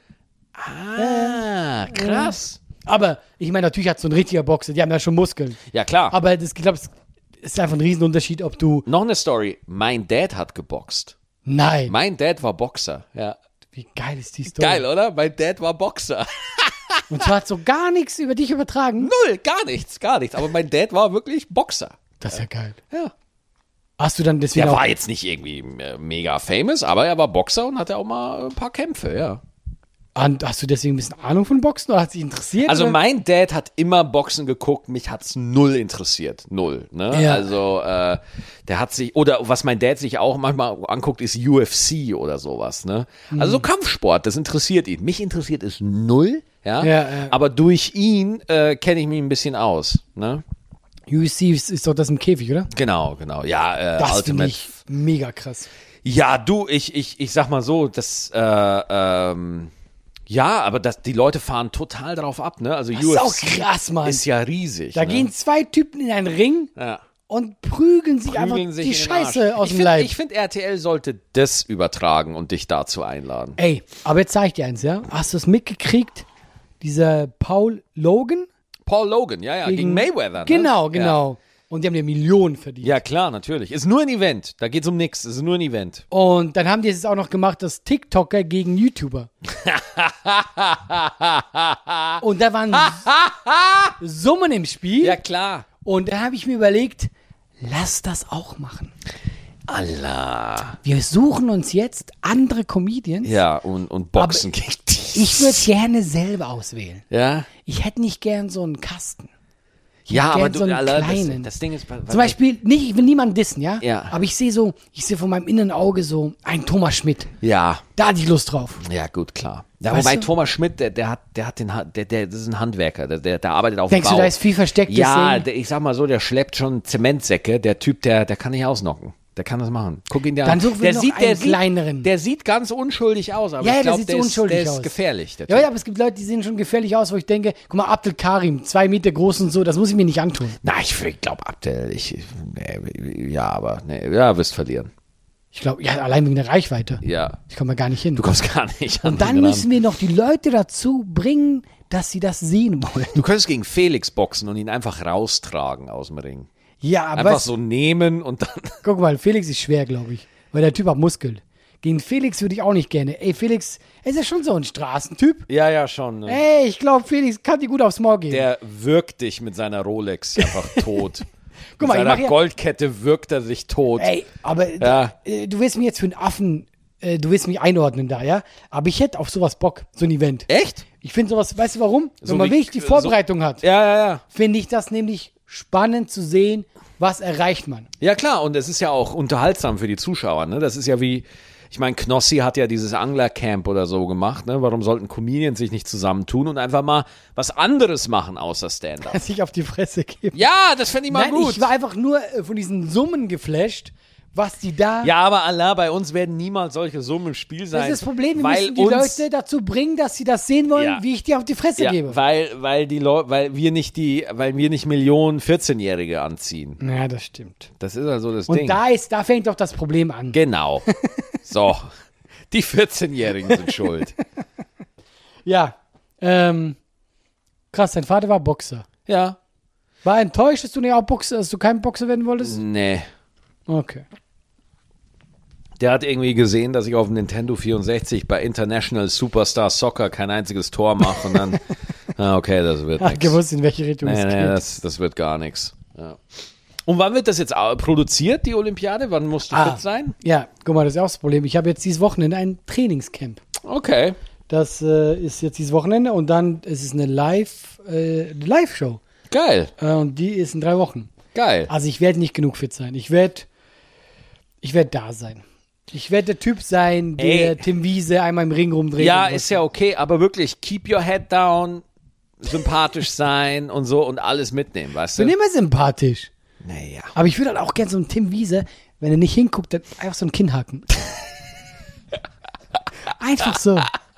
Krass. Aber ich meine, natürlich hat so ein richtiger Boxer, die haben ja schon Muskeln. Ja, klar. Aber ich glaube, es ist einfach ein Riesenunterschied, ob du... Noch eine Story. Mein Dad hat geboxt. Nein. Mein Dad war Boxer. Ja. Wie geil ist die Story? Geil, oder? Mein Dad war Boxer. Und zwar hat so gar nichts über dich übertragen. Null, gar nichts. Aber mein Dad war wirklich Boxer. Das ist ja geil. Ja. Hast du dann deswegen Der auch... war jetzt nicht irgendwie mega famous, aber er war Boxer und hatte auch mal ein paar Kämpfe, ja. Und hast du deswegen ein bisschen Ahnung von Boxen oder hat dich interessiert? Also oder? mein Dad hat immer Boxen geguckt, mich hat's null interessiert. Null. Ne? Ja. Also der hat sich, oder was mein Dad sich auch manchmal anguckt, ist UFC oder sowas. Ne? Also so Kampfsport, das interessiert ihn. Mich interessiert es null, ja. Ja. Aber durch ihn kenne ich mich ein bisschen aus. Ne? UFC ist doch das im Käfig, oder? Genau. Ja, Das finde Ultimate. ich mega krass. Ja, du, ich sag mal so, ja, aber die Leute fahren total drauf ab, ne? Also Das UFC ist auch krass, Mann. ist ja riesig. Da ne? gehen zwei Typen in einen Ring ja. und prügeln sich einfach Prügeln sich die in den Scheiße Arsch. aus dem Leib. Ich finde, RTL sollte das übertragen und dich dazu einladen. Ey, aber jetzt sag ich dir eins, ja? Hast du es mitgekriegt? Dieser Paul Logan? Paul Logan, ja, gegen Mayweather. Ne? Genau. Und die haben ja Millionen verdient. Ja, klar, natürlich. Ist nur ein Event. Da geht's um nichts. Ist nur ein Event. Und dann haben die es auch noch gemacht, das TikToker gegen YouTuber. Und da waren Summen im Spiel. Ja, klar. Und da habe ich mir überlegt, lass das auch machen. Allah. Wir suchen uns jetzt andere Comedians. Ja, und Boxen gegen die. Ich würde gerne selber auswählen. Ja? Ich hätte nicht gern so einen Kasten. Ja, aber gern so einen Allah, kleinen. das Ding ist... Zum Beispiel, nicht, ich will niemanden dissen, ja? Ja. Aber ich sehe von meinem inneren Auge so einen Thomas Schmidt. Ja. Da hatte ich Lust drauf. Ja, gut, klar. Ja, Weißt wobei du? Thomas Schmidt, der ist ein Handwerker, der arbeitet auf dem Denkst Bau. du, da ist viel verstecktes Ja, Sehen? ich sag mal so, der schleppt schon Zementsäcke. Der Typ, der kann nicht ausnocken. Der kann das machen. Guck ihn dir Dann an. suchen wir Der noch sieht, einen kleineren. Der sieht ganz unschuldig aus, aber Ja, ich der glaube, sieht der, so ist, unschuldig der ist aus. gefährlich. Der Ja, Typ. aber es gibt Leute, die sehen schon gefährlich aus, wo ich denke, guck mal, Abdel Karim, 2 Meter groß und so, das muss ich mir nicht antun. Na, ich glaube, Abdel, wirst verlieren. Ich glaube, ja, allein wegen der Reichweite. Ja, Ich komme da gar nicht hin. du kommst gar nicht an Und dann ihn müssen ran. wir noch die Leute dazu bringen, dass sie das sehen wollen. Du könntest gegen Felix boxen und ihn einfach raustragen aus dem Ring. Ja, aber Einfach so nehmen und dann... guck mal, Felix ist schwer, glaube ich. Weil der Typ hat Muskeln. Gegen Felix würde ich auch nicht gerne. Ey, Felix, ist ja schon so ein Straßentyp. Ja, schon. Ne? Ey, ich glaube, Felix kann dir gut aufs Maul gehen. Der wirkt dich mit seiner Rolex einfach tot. Guck mit mal, ich seiner mach ja- Goldkette wirkt er sich tot. Ey, aber Ja. du willst mich jetzt für einen Affen, du willst mich einordnen da, ja? Aber ich hätte auf sowas Bock, so ein Event. Echt? Ich finde sowas, weißt du warum? So Wenn man wie- wirklich die Vorbereitung hat, Ja. finde ich das nämlich spannend zu sehen, was erreicht man. Ja klar, und es ist ja auch unterhaltsam für die Zuschauer. Ne? Das ist ja wie, Ich meine, Knossi hat ja dieses Anglercamp oder so gemacht, ne? Warum sollten Comedians sich nicht zusammentun und einfach mal was anderes machen außer Stand-up? Sich auf die Fresse geben. Ja, das fände ich mal Nein, gut. ich war einfach nur von diesen Summen geflasht, was die da... Ja, aber Allah, bei uns werden niemals solche Summen im Spiel sein. Das ist das Problem, wir weil müssen die uns, Leute dazu bringen, dass sie das sehen wollen, Ja. wie ich dir auf die Fresse ja, gebe. weil wir nicht Millionen 14-Jährige anziehen. Ja, das stimmt. Das ist also das Und Ding. da fängt doch das Problem an. Genau. So, die 14-Jährigen sind schuld. Ja, krass, dein Vater war Boxer. Ja. War enttäuscht, dass du nicht auch Boxer, dass du kein Boxer werden wolltest? Nee. Okay. Der hat irgendwie gesehen, dass ich auf dem Nintendo 64 bei International Superstar Soccer kein einziges Tor mache und dann, okay, das wird Hat nichts. gewusst, in welche Richtung es Nee, geht. das wird gar nichts. Ja. Und wann wird das jetzt produziert, die Olympiade? Wann musst du fit sein? Ja, guck mal, das ist ja auch das Problem. Ich habe jetzt dieses Wochenende ein Trainingscamp. Okay. Das ist jetzt dieses Wochenende und dann ist es eine Live-Show. Geil. Und die ist in 3 Wochen. Geil. Also ich werde nicht genug fit sein. Ich werde da sein. Ich werde der Typ sein, der Ey. Tim Wiese einmal im Ring rumdreht. Ja, und was. ist ja okay, aber wirklich, keep your head down, sympathisch sein und so und alles mitnehmen, weißt Ich bin du? immer sympathisch. Naja. Aber ich würde halt auch gerne so einen Tim Wiese, wenn er nicht hinguckt, dann einfach so ein Kinnhaken. Einfach so.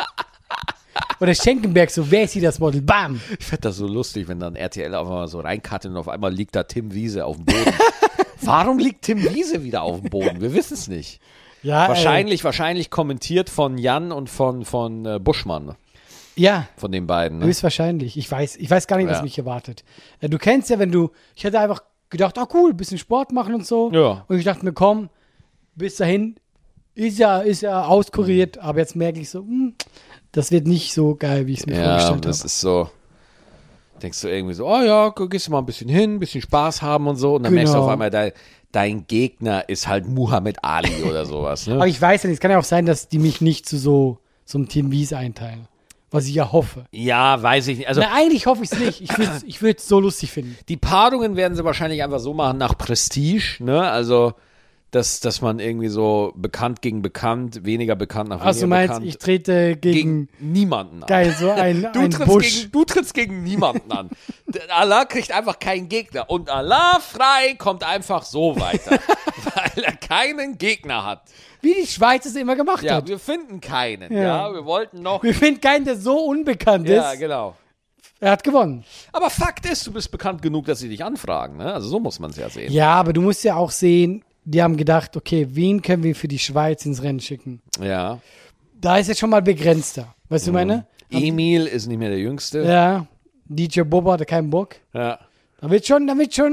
Oder Schenkenberg, so, wer ist hier das Model? Bam! Ich fände das so lustig, wenn dann RTL auf einmal so reinkattet und auf einmal liegt da Tim Wiese auf dem Boden. Warum liegt Tim Wiese wieder auf dem Boden? Wir wissen es nicht. Ja, Wahrscheinlich kommentiert von Jan und von Buschmann, Ja, von den beiden. Ne? höchstwahrscheinlich. Ich weiß gar nicht, was Ja. mich erwartet. Du kennst ja, ich hätte einfach gedacht, cool, bisschen Sport machen und so. Ja. Und ich dachte mir, komm, bis dahin ist ja auskuriert, aber jetzt merke ich so, das wird nicht so geil, wie ich es mir Ja, vorgestellt das habe. ist so, denkst du irgendwie so, oh ja, gehst du mal ein bisschen hin, ein bisschen Spaß haben und so und dann merkst du Genau. auf einmal, dein Gegner ist halt Muhammad Ali oder sowas. Ne? Aber ich weiß ja nicht, es kann ja auch sein, dass die mich nicht zu so einem Team Wies einteilen. Was ich ja hoffe. Ja, weiß ich nicht. Also Na, eigentlich hoffe ich es nicht. Ich würde es so lustig finden. die Paarungen werden sie wahrscheinlich einfach so machen nach Prestige, ne? Also dass man irgendwie so bekannt gegen bekannt, weniger bekannt nach weniger Also du meinst, bekannt. ich trete gegen niemanden an. geil, so ein Busch. Du trittst gegen niemanden an. Allah kriegt einfach keinen Gegner. Und Allah frei kommt einfach so weiter. Weil er keinen Gegner hat. Wie die Schweiz es immer gemacht Ja, hat. wir finden keinen. Ja. Ja, wir wollten noch. Wir finden keinen, der so unbekannt Ja, ist. genau. Er hat gewonnen. Aber Fakt ist, du bist bekannt genug, dass sie dich anfragen. Ne? Also so muss man es ja sehen. Ja, aber du musst ja auch sehen, die haben gedacht, okay, wen können wir für die Schweiz ins Rennen schicken? Ja. Da ist jetzt schon mal begrenzter. Weißt du, meine? Emil ist nicht mehr der Jüngste. Ja. DJ Bobo hatte keinen Bock. Ja. Da wird schon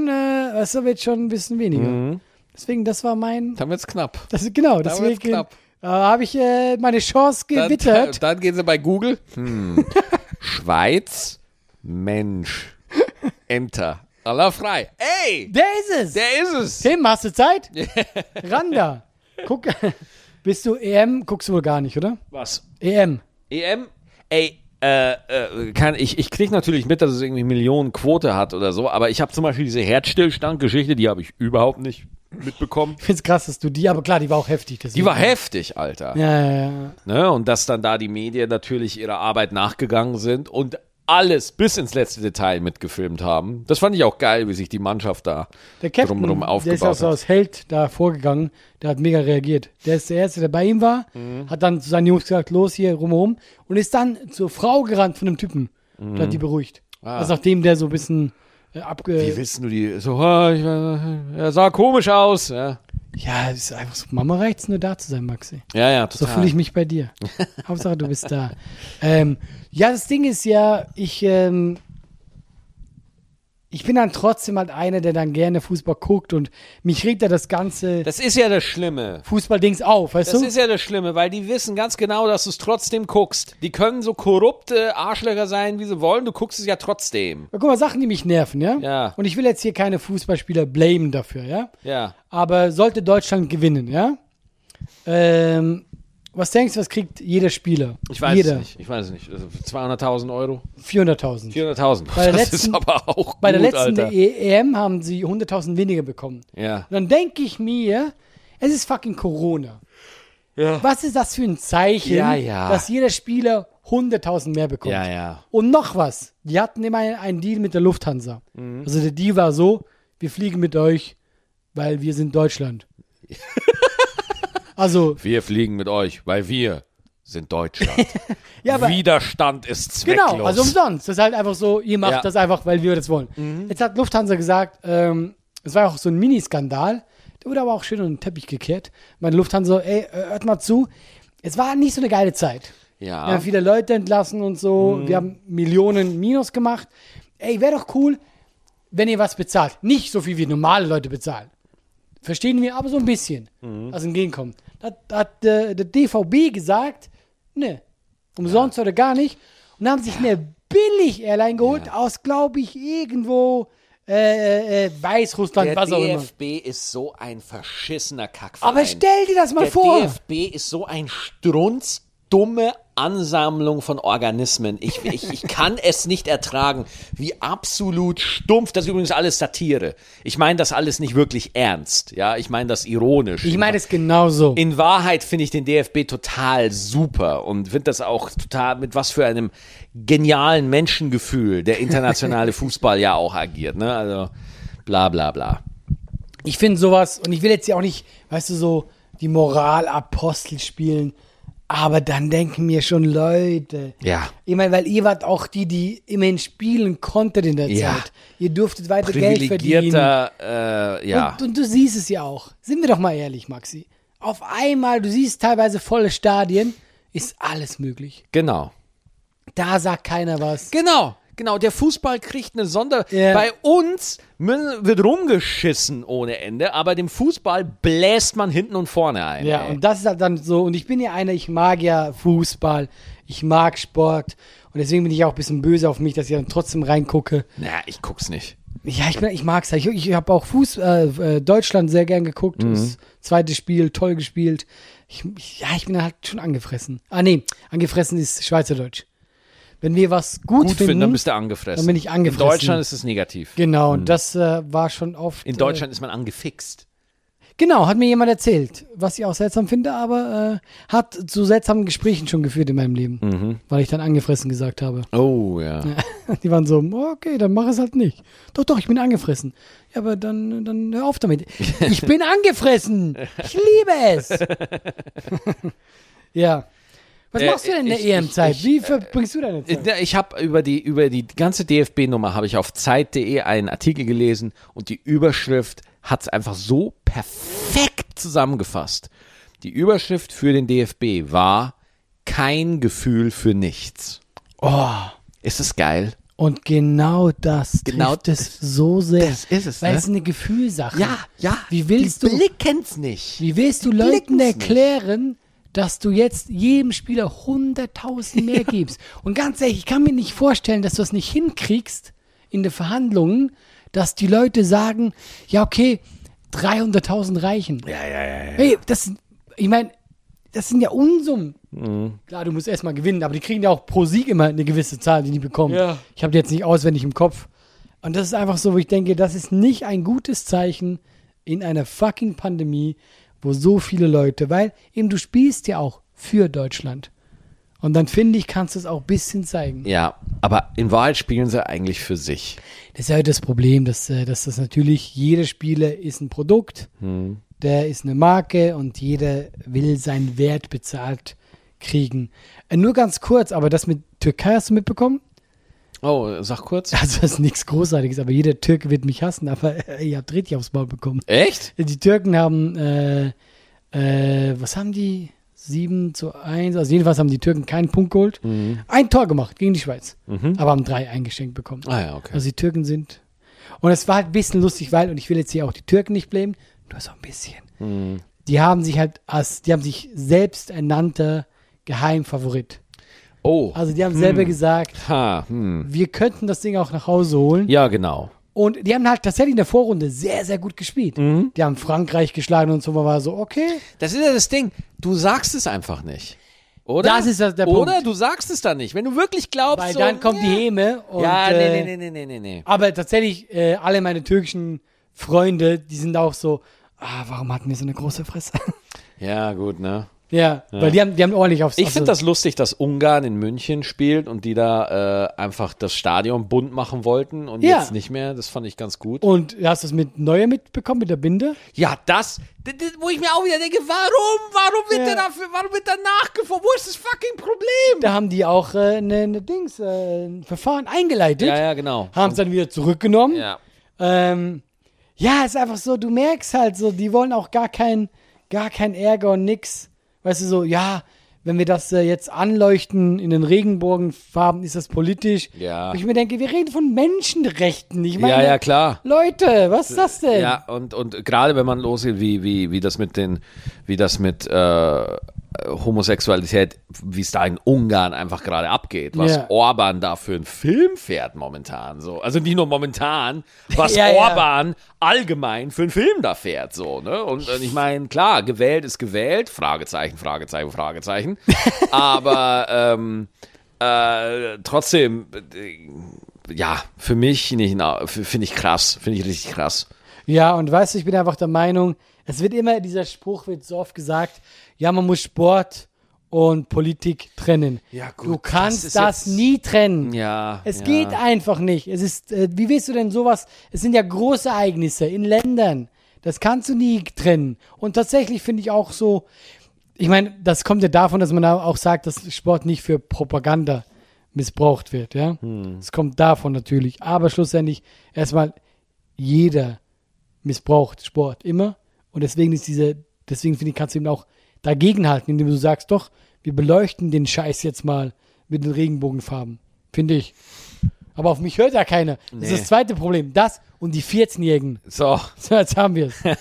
ein bisschen weniger. Deswegen, das war mein, Dann wird's knapp. genau, wird's deswegen knapp. habe ich meine Chance gewittert. Dann gehen sie bei Google. Schweiz, Mensch, Enter. Allah frei. Ey, Der ist es. der ist es. Tim, hast du Zeit? Ran da. Guck. Bist du EM? Guckst du wohl gar nicht, oder? Was? EM. EM? Ey, ich krieg natürlich mit, dass es irgendwie Millionen Quote hat oder so, aber ich habe zum Beispiel diese Herzstillstand-Geschichte, die habe ich überhaupt nicht mitbekommen. Ich find's krass, dass du aber klar, die war auch heftig. Die deswegen. war heftig, Alter. Ja. Ne? Und dass dann da die Medien natürlich ihrer Arbeit nachgegangen sind und alles bis ins letzte Detail mitgefilmt haben. Das fand ich auch geil, wie sich die Mannschaft da Der Captain, drumherum der ist aufgebaut auch so hat. als Held da vorgegangen. Der hat mega reagiert. Der ist der Erste, der bei ihm war, hat dann zu seinen Jungs gesagt, los hier, rum und ist dann zur Frau gerannt von dem Typen. Und hat die beruhigt. Also nachdem der so ein bisschen Wie willst du die? So, er sah komisch aus. Ja, Ja, es ist einfach so, Mama reicht's nur da zu sein, Maxi. ja, So total. fühle ich mich bei dir. Hauptsache, du bist da. Ja, das Ding ist ja, ich bin dann trotzdem halt einer, der dann gerne Fußball guckt und mich regt da das ganze Das ist ja das Schlimme. Fußballdings auf, weißt Das du? ist ja das Schlimme, weil die wissen ganz genau, dass du es trotzdem guckst. Die können so korrupte Arschlöcher sein, wie sie wollen. Du guckst es ja trotzdem. Guck mal, Sachen, die mich nerven, ja? Ja. Und ich will jetzt hier keine Fußballspieler blamen dafür, ja? Ja. Aber sollte Deutschland gewinnen, ja? Was denkst du, was kriegt jeder Spieler? Ich weiß jeder. es nicht. Ich weiß es nicht. Also 200.000 Euro? 400.000. 400.000. Bei der Das letzten- ist aber auch Bei der gut, letzten Alter. EM haben sie 100.000 weniger bekommen. Ja. Und dann denke ich mir, es ist fucking Corona. Was ist das für ein Zeichen, dass jeder Spieler 100.000 mehr bekommt? Ja, ja. Und noch was. Die hatten immer einen Deal mit der Lufthansa. Also der Deal war so, wir fliegen mit euch, weil wir sind Deutschland. Also Wir fliegen mit euch, weil wir sind Deutschland. ja, aber Widerstand ist zwecklos. genau, also umsonst. Das ist halt einfach so, ihr macht das einfach, weil wir das wollen. Jetzt hat Lufthansa gesagt, es war auch so ein Mini-Skandal, der wurde aber auch schön unter den Teppich gekehrt. Meine Lufthansa, ey, hört mal zu, es war nicht so eine geile Zeit. Ja. Wir haben viele Leute entlassen und so, wir haben Millionen Minus gemacht. Ey, wäre doch cool, wenn ihr was bezahlt. Nicht so viel wie normale Leute bezahlen. Verstehen wir, aber so ein bisschen, was entgegenkommt. Da hat der DVB gesagt, ne, umsonst oder gar nicht. Und haben sich eine Billig-Airline geholt aus, glaube ich, irgendwo Weißrussland, Der was auch immer. DFB ist so ein verschissener Kackverein. Aber stell dir das mal vor. Der DFB ist so ein strunzdumme Ansammlung von Organismen. Ich kann es nicht ertragen, wie absolut stumpf. Das ist übrigens alles Satire. Ich meine das alles nicht wirklich ernst. Ja, ich meine das ironisch. Ich meine es genauso. In Wahrheit finde ich den DFB total super und finde das auch total, mit was für einem genialen Menschengefühl der internationale Fußball ja auch agiert. Ne? Also bla bla bla. Ich finde sowas, und ich will jetzt ja auch nicht, weißt du, so die Moralapostel spielen, aber dann denken mir schon Leute. Ja. Ich meine, weil ihr wart auch die immerhin spielen konntet in der Ja. Zeit. Ihr durftet weiter Geld verdienen. Ja. Und du siehst es ja auch. Sind wir doch mal ehrlich, Maxi. Auf einmal, du siehst teilweise volle Stadien, ist alles möglich. Genau. Da sagt keiner was. Genau, der Fußball kriegt eine Ja. Bei uns wird rumgeschissen ohne Ende, aber dem Fußball bläst man hinten und vorne ein. Ja, ey. und das ist halt dann so, und ich bin ja einer, ich mag ja Fußball, ich mag Sport und deswegen bin ich auch ein bisschen böse auf mich, dass ich dann trotzdem reingucke. Ich guck's nicht. Ja, ich mag's halt. Ich habe auch Deutschland sehr gern geguckt. Das zweite Spiel, toll gespielt. Ich bin halt schon angefressen. Angefressen ist Schweizerdeutsch. Wenn wir was gut finden, dann bist du angefressen. dann bin ich angefressen. In Deutschland ist es negativ. Genau, und das war schon oft. In Deutschland ist man angefixt. Genau, hat mir jemand erzählt, was ich auch seltsam finde, aber hat zu seltsamen Gesprächen schon geführt in meinem Leben, weil ich dann angefressen gesagt habe. Oh, ja. Die waren so, okay, dann mach es halt nicht. Doch, ich bin angefressen. Ja, aber dann hör auf damit. Ich bin angefressen. Ich liebe es. Ja. Was machst du denn in der EM-Zeit? Wie verbringst du deine Zeit? Ich habe über die ganze DFB-Nummer habe ich auf Zeit.de einen Artikel gelesen und die Überschrift hat es einfach so perfekt zusammengefasst. Die Überschrift für den DFB war kein Gefühl für nichts. Oh. Ist das geil? Und genau das trifft es so sehr. Das ist es, weil ne? es eine Gefühlssache. Ja. Wie willst die du blicken's nicht. Wie willst du Die Leuten blicken's erklären, dass du jetzt jedem Spieler 100.000 mehr gibst? Und ganz ehrlich, ich kann mir nicht vorstellen, dass du es nicht hinkriegst in den Verhandlungen, dass die Leute sagen, ja okay, 300.000 reichen. Ja. Hey, das sind ja Unsummen. Klar, du musst erstmal gewinnen, aber die kriegen ja auch pro Sieg immer eine gewisse Zahl, die die bekommen. Ja. Ich habe die jetzt nicht auswendig im Kopf. Und das ist einfach so, wo ich denke, das ist nicht ein gutes Zeichen in einer fucking Pandemie, wo so viele Leute, weil eben du spielst ja auch für Deutschland. Und dann finde ich, kannst du es auch ein bisschen zeigen. Ja, aber in Wahrheit spielen sie eigentlich für sich. Das ist ja halt das Problem, dass das natürlich, jeder Spieler ist ein Produkt, der ist eine Marke und jeder will seinen Wert bezahlt kriegen. Nur ganz kurz, aber das mit Türkei hast du mitbekommen? Oh, sag kurz. Also das ist nichts Großartiges, aber jeder Türke wird mich hassen, aber ihr habt richtig aufs Maul bekommen. Echt? Die Türken haben, was haben die? 7-1, also jedenfalls haben die Türken keinen Punkt geholt. Ein Tor gemacht gegen die Schweiz, aber haben 3 eingeschenkt bekommen. Ah ja, okay. Also die Türken sind, und es war halt ein bisschen lustig, weil, und ich will jetzt hier auch die Türken nicht blamen, nur so ein bisschen. Die haben sich selbst ernannter Geheimfavorit. Oh. Also die haben selber gesagt, Wir wir könnten das Ding auch nach Hause holen. Ja, genau. Und die haben halt tatsächlich in der Vorrunde sehr, sehr gut gespielt. Die haben Frankreich geschlagen und so, man war so, okay. Das ist ja das Ding. Du sagst es einfach nicht. Oder? Das ist der Punkt. Oder du sagst es dann nicht. Wenn du wirklich glaubst, Weil so, dann kommt die Häme. Und, Ja, nee. Aber tatsächlich, alle meine türkischen Freunde, die sind auch so, warum hatten wir so eine große Fresse? Ja, gut, ne? Ja, weil die haben ordentlich aufs... Ich finde das lustig, dass Ungarn in München spielt und die da einfach das Stadion bunt machen wollten und Ja. jetzt nicht mehr. Das fand ich ganz gut. Und hast du das mit Neuer mitbekommen, mit der Binde? Ja, wo ich mir auch wieder denke, warum wird da nachgefragt? Wo ist das fucking Problem? Da haben die auch ein Verfahren eingeleitet. Ja, genau. Haben es dann wieder zurückgenommen. Ja. Ja, ist einfach so, du merkst halt so, die wollen auch gar kein Ärger und nix. Weißt du, so, ja, wenn wir das jetzt anleuchten in den Regenbogenfarben, ist das politisch. Ja. Und ich mir denke, wir reden von Menschenrechten. Ich meine, Ja, klar. Leute, was ist das denn? Ja, und gerade wenn man lossieht, wie das mit Homosexualität, wie es da in Ungarn einfach gerade abgeht, was Ja. Orban da für einen Film fährt momentan, so. Also nicht nur momentan, was Ja, ja. Orban allgemein für einen Film da fährt, so, ne? Und ich meine, klar, gewählt ist gewählt, Fragezeichen, Fragezeichen, Fragezeichen, aber trotzdem, ja, für mich finde ich krass, finde ich richtig krass. Ja, und weißt du, ich bin einfach der Meinung, es wird immer, dieser Spruch wird so oft gesagt, ja, man muss Sport und Politik trennen. Ja, gut, du das kannst ist das jetzt- nie trennen. Ja. Es ja. geht einfach nicht. Es ist, wie willst du denn sowas? Es sind ja große Ereignisse in Ländern. Das kannst du nie trennen. Und tatsächlich finde ich auch so, ich meine, das kommt ja davon, dass man auch sagt, dass Sport nicht für Propaganda missbraucht wird, ja. Es kommt davon natürlich. Aber schlussendlich erstmal jeder missbraucht Sport immer. Und deswegen finde ich, kannst du eben auch dagegenhalten, indem du sagst, doch, wir beleuchten den Scheiß jetzt mal mit den Regenbogenfarben. Finde ich. Aber auf mich hört ja keiner. Das ist das zweite Problem. Das und die 14-Jährigen. So, So, jetzt haben wir es.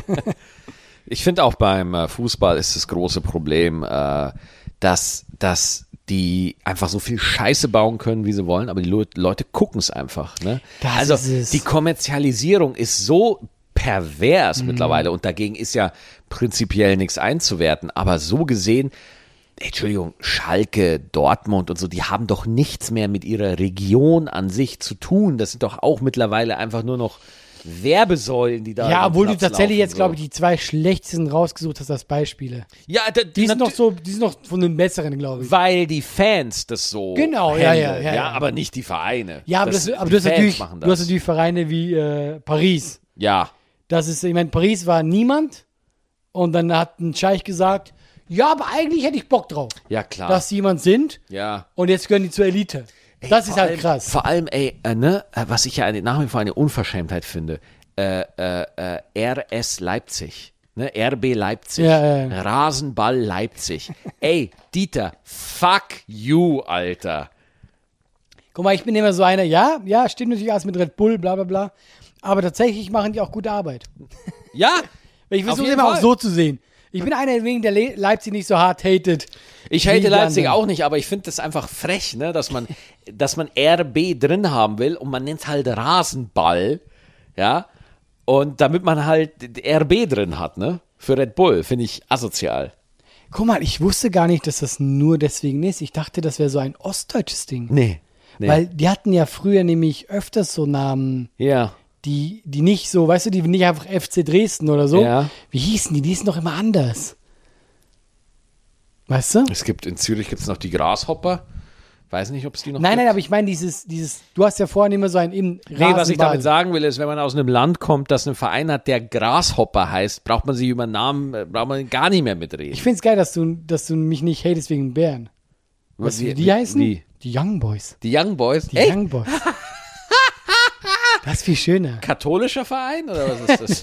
ich finde auch beim Fußball ist das große Problem, dass die einfach so viel Scheiße bauen können, wie sie wollen, aber die Leute gucken es einfach. Ne? Das also ist es. die Kommerzialisierung ist so pervers mittlerweile und dagegen ist ja prinzipiell nichts einzuwerten, aber so gesehen, Entschuldigung, Schalke, Dortmund und so, die haben doch nichts mehr mit ihrer Region an sich zu tun. Das sind doch auch mittlerweile einfach nur noch Werbesäulen, die da Ja, über den obwohl du Platz tatsächlich laufen, jetzt, so. glaube ich, die zwei schlechtesten rausgesucht hast als Beispiele. Ja, Die sind noch von den besseren, glaube ich. weil die Fans das so Genau, ja, handeln, ja. aber nicht die Vereine. Ja, aber, Das- du hast die Fans natürlich, machen du hast das. natürlich Vereine wie Paris. Ja, Das ist, ich meine, Paris war niemand und dann hat ein Scheich gesagt, ja, aber eigentlich hätte ich Bock drauf, ja klar. dass sie jemand sind ja. und jetzt gehören die zur Elite. Das ist Vor halt allem, krass. Vor allem, was ich ja nach wie vor eine Unverschämtheit finde, RS Leipzig, ne, RB Leipzig, Ja. Rasenball Leipzig. Ey, Dieter, fuck you, Alter. Guck mal, ich bin immer so einer, ja, stimmt natürlich alles mit Red Bull, bla bla bla, aber tatsächlich machen die auch gute Arbeit. Ja, Ich Auf versuche jeden immer auch Fall. so zu sehen. Ich bin einer, wegen der Leipzig nicht so hart hatet. ich wie hate die Leipzig anderen. auch nicht, aber ich finde das einfach frech, ne, dass man RB drin haben will und man nennt es halt Rasenball, ja, und damit man halt RB drin hat, ne, für Red Bull, finde ich asozial. Guck mal, ich wusste gar nicht, dass das nur deswegen ist. Ich dachte, das wäre so ein ostdeutsches Ding. Nee. Weil die hatten ja früher nämlich öfters so Namen, Ja. die nicht so, weißt du, die nicht einfach FC Dresden oder so. Ja. Wie hießen die? Die hießen doch immer anders. Weißt du? In Zürich gibt es noch die Grashopper. Weiß nicht, ob es die noch Nein, gibt. aber ich meine dieses, du hast ja vorhin immer so ein Nee, was ich damit sagen will, ist, wenn man aus einem Land kommt, das einen Verein hat, der Grashopper heißt, braucht man sich über Namen, braucht man gar nicht mehr mitreden. Ich finde es geil, dass du mich nicht hatest wegen Bären. Weißt du, wie die heißen? Wie? Die Young Boys. Die Young Boys? Die Ey, Young Boys. Das ist viel schöner. katholischer Verein oder was ist das?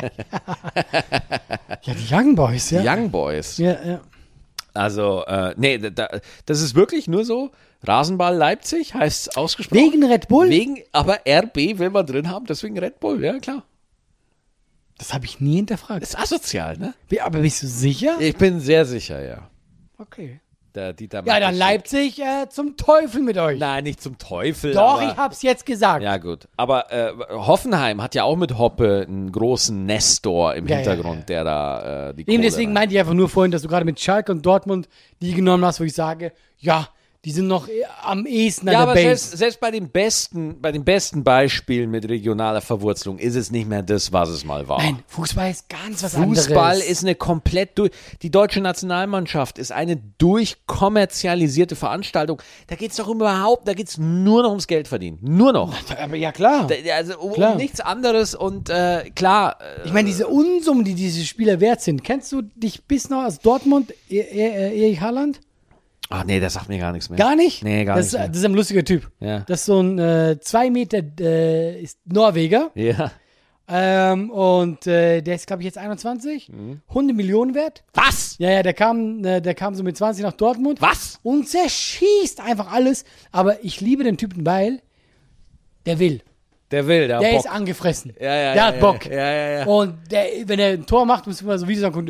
Ja, die Young Boys, ja. Die Young Boys. Ja. Also, nee, das ist wirklich nur so, Rasenball Leipzig heißt es ausgesprochen. Wegen Red Bull? Aber RB will man drin haben, deswegen Red Bull, ja klar. Das habe ich nie hinterfragt. Ist asozial, ne? Aber bist du sicher? Ich bin sehr sicher, ja. Okay. Der Dieter Ja, mag dann das Leipzig zum Teufel mit euch. Nein, nicht zum Teufel. Doch, aber, ich hab's jetzt gesagt. Ja, gut. Aber Hoffenheim hat ja auch mit Hoppe einen großen Nestor im Ja, Hintergrund, der da die Eben Kohle deswegen rein- meinte ich einfach nur vorhin, dass du gerade mit Schalke und Dortmund die genommen hast, wo ich sage, ja, die sind noch am ehesten Ja, an der aber Base. selbst bei den besten Beispielen mit regionaler Verwurzelung ist es nicht mehr das, was es mal war. Nein, Fußball ist ganz was anderes. Fußball ist eine die deutsche Nationalmannschaft ist eine durchkommerzialisierte Veranstaltung. Da geht es doch da geht es nur noch ums Geld verdienen. Nur noch. Aber ja, klar. Also um Klar. nichts anderes und klar. Ich meine, diese Unsummen, die diese Spieler wert sind. Kennst du dich bis noch aus Dortmund, Erich Haaland? Ach nee, das sagt mir gar nichts mehr. Gar nicht? Nee, gar das, nicht mehr. Das ist ein lustiger Typ. Ja. Das ist so ein 2 Meter ist Norweger. Ja. Und der ist, glaube ich, jetzt 21. 100 Millionen wert. Was? Ja, der kam so mit 20 nach Dortmund. Was? Und zerschießt einfach alles. Aber ich liebe den Typen, weil der will. Der will, der Der hat ist Bock. angefressen. Ja, der hat Bock. Ja. Und wenn er ein Tor macht, muss man so Videos angucken.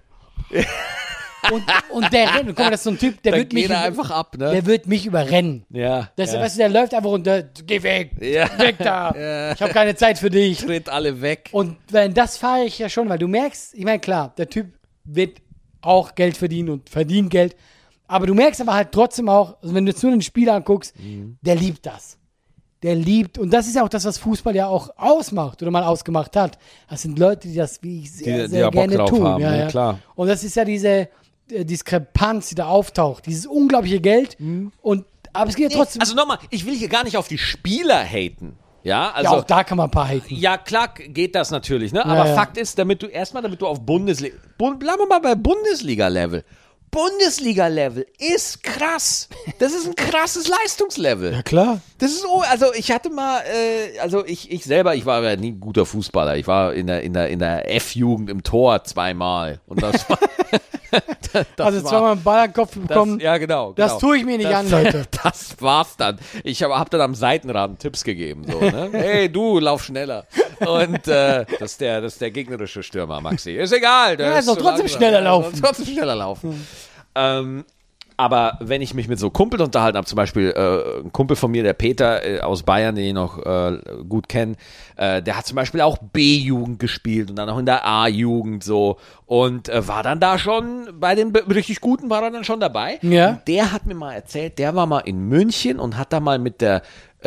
und der rennt. Guck mal, das ist so ein Typ, der Dann wird mich geht er einfach ab, ne? Der wird mich überrennen. Ja. Weißt du, der läuft einfach runter. Geh weg. Ja. Weg da. Ja. Ich habe keine Zeit für dich. Tritt alle weg. Und das fahre ich ja schon, weil du merkst, ich meine, klar, der Typ wird auch Geld verdienen und verdient Geld. Aber du merkst aber halt trotzdem auch, also wenn du jetzt nur den Spieler anguckst, der liebt das. Der liebt, und das ist ja auch das, was Fußball ja auch ausmacht oder mal ausgemacht hat. Das sind Leute, die das wie ich sehr, Die sehr da Bock gerne drauf tun. haben, ne? Klar. Und das ist ja diese Diskrepanz, die da auftaucht. Dieses unglaubliche Geld. Aber es geht ja trotzdem. Also nochmal, ich will hier gar nicht auf die Spieler haten. Ja, also. ja, auch da kann man ein paar haten. Ja, klar geht das natürlich, ne? Aber ja. Fakt ist, damit du auf Bundesliga, bleiben wir mal bei Bundesliga-Level. Bundesliga-Level ist krass. Das ist ein krasses Leistungslevel. Ja, klar. Das ist, also ich hatte mal, ich selber, ich war ja nie ein guter Fußballer. Ich war in der F-Jugend im Tor 2-mal. Und das war, also zweimal einen Ball an den Kopf bekommen. ja, genau. Das tue ich mir nicht an, Leute. Das war's dann. Ich hab dann am Seitenrand Tipps gegeben. So, ne? Hey, du, lauf schneller. Und das ist der gegnerische Stürmer, Maxi. Ist egal. Der Ja, soll zu trotzdem langsam. schneller Ja, laufen. soll trotzdem schneller laufen. Aber wenn ich mich mit so Kumpeln unterhalten habe, zum Beispiel ein Kumpel von mir, der Peter aus Bayern, den ich noch gut kenne, der hat zum Beispiel auch B-Jugend gespielt und dann auch in der A-Jugend so und war dann da schon, bei den richtig Guten war er dann schon dabei. Ja. Und der hat mir mal erzählt, der war mal in München und hat da mal mit der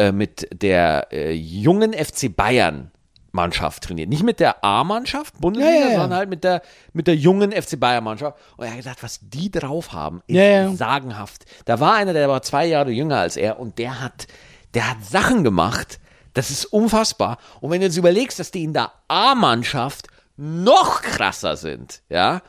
jungen FC Bayern Mannschaft trainiert. Nicht mit der A-Mannschaft, Bundesliga, Ja. sondern halt mit der jungen FC Bayern-Mannschaft. Und er hat gesagt, was die drauf haben, ist sagenhaft. Da war einer, der war 2 Jahre jünger als er und der hat Sachen gemacht, das ist unfassbar. Und wenn du jetzt überlegst, dass die in der A-Mannschaft noch krasser sind, ja,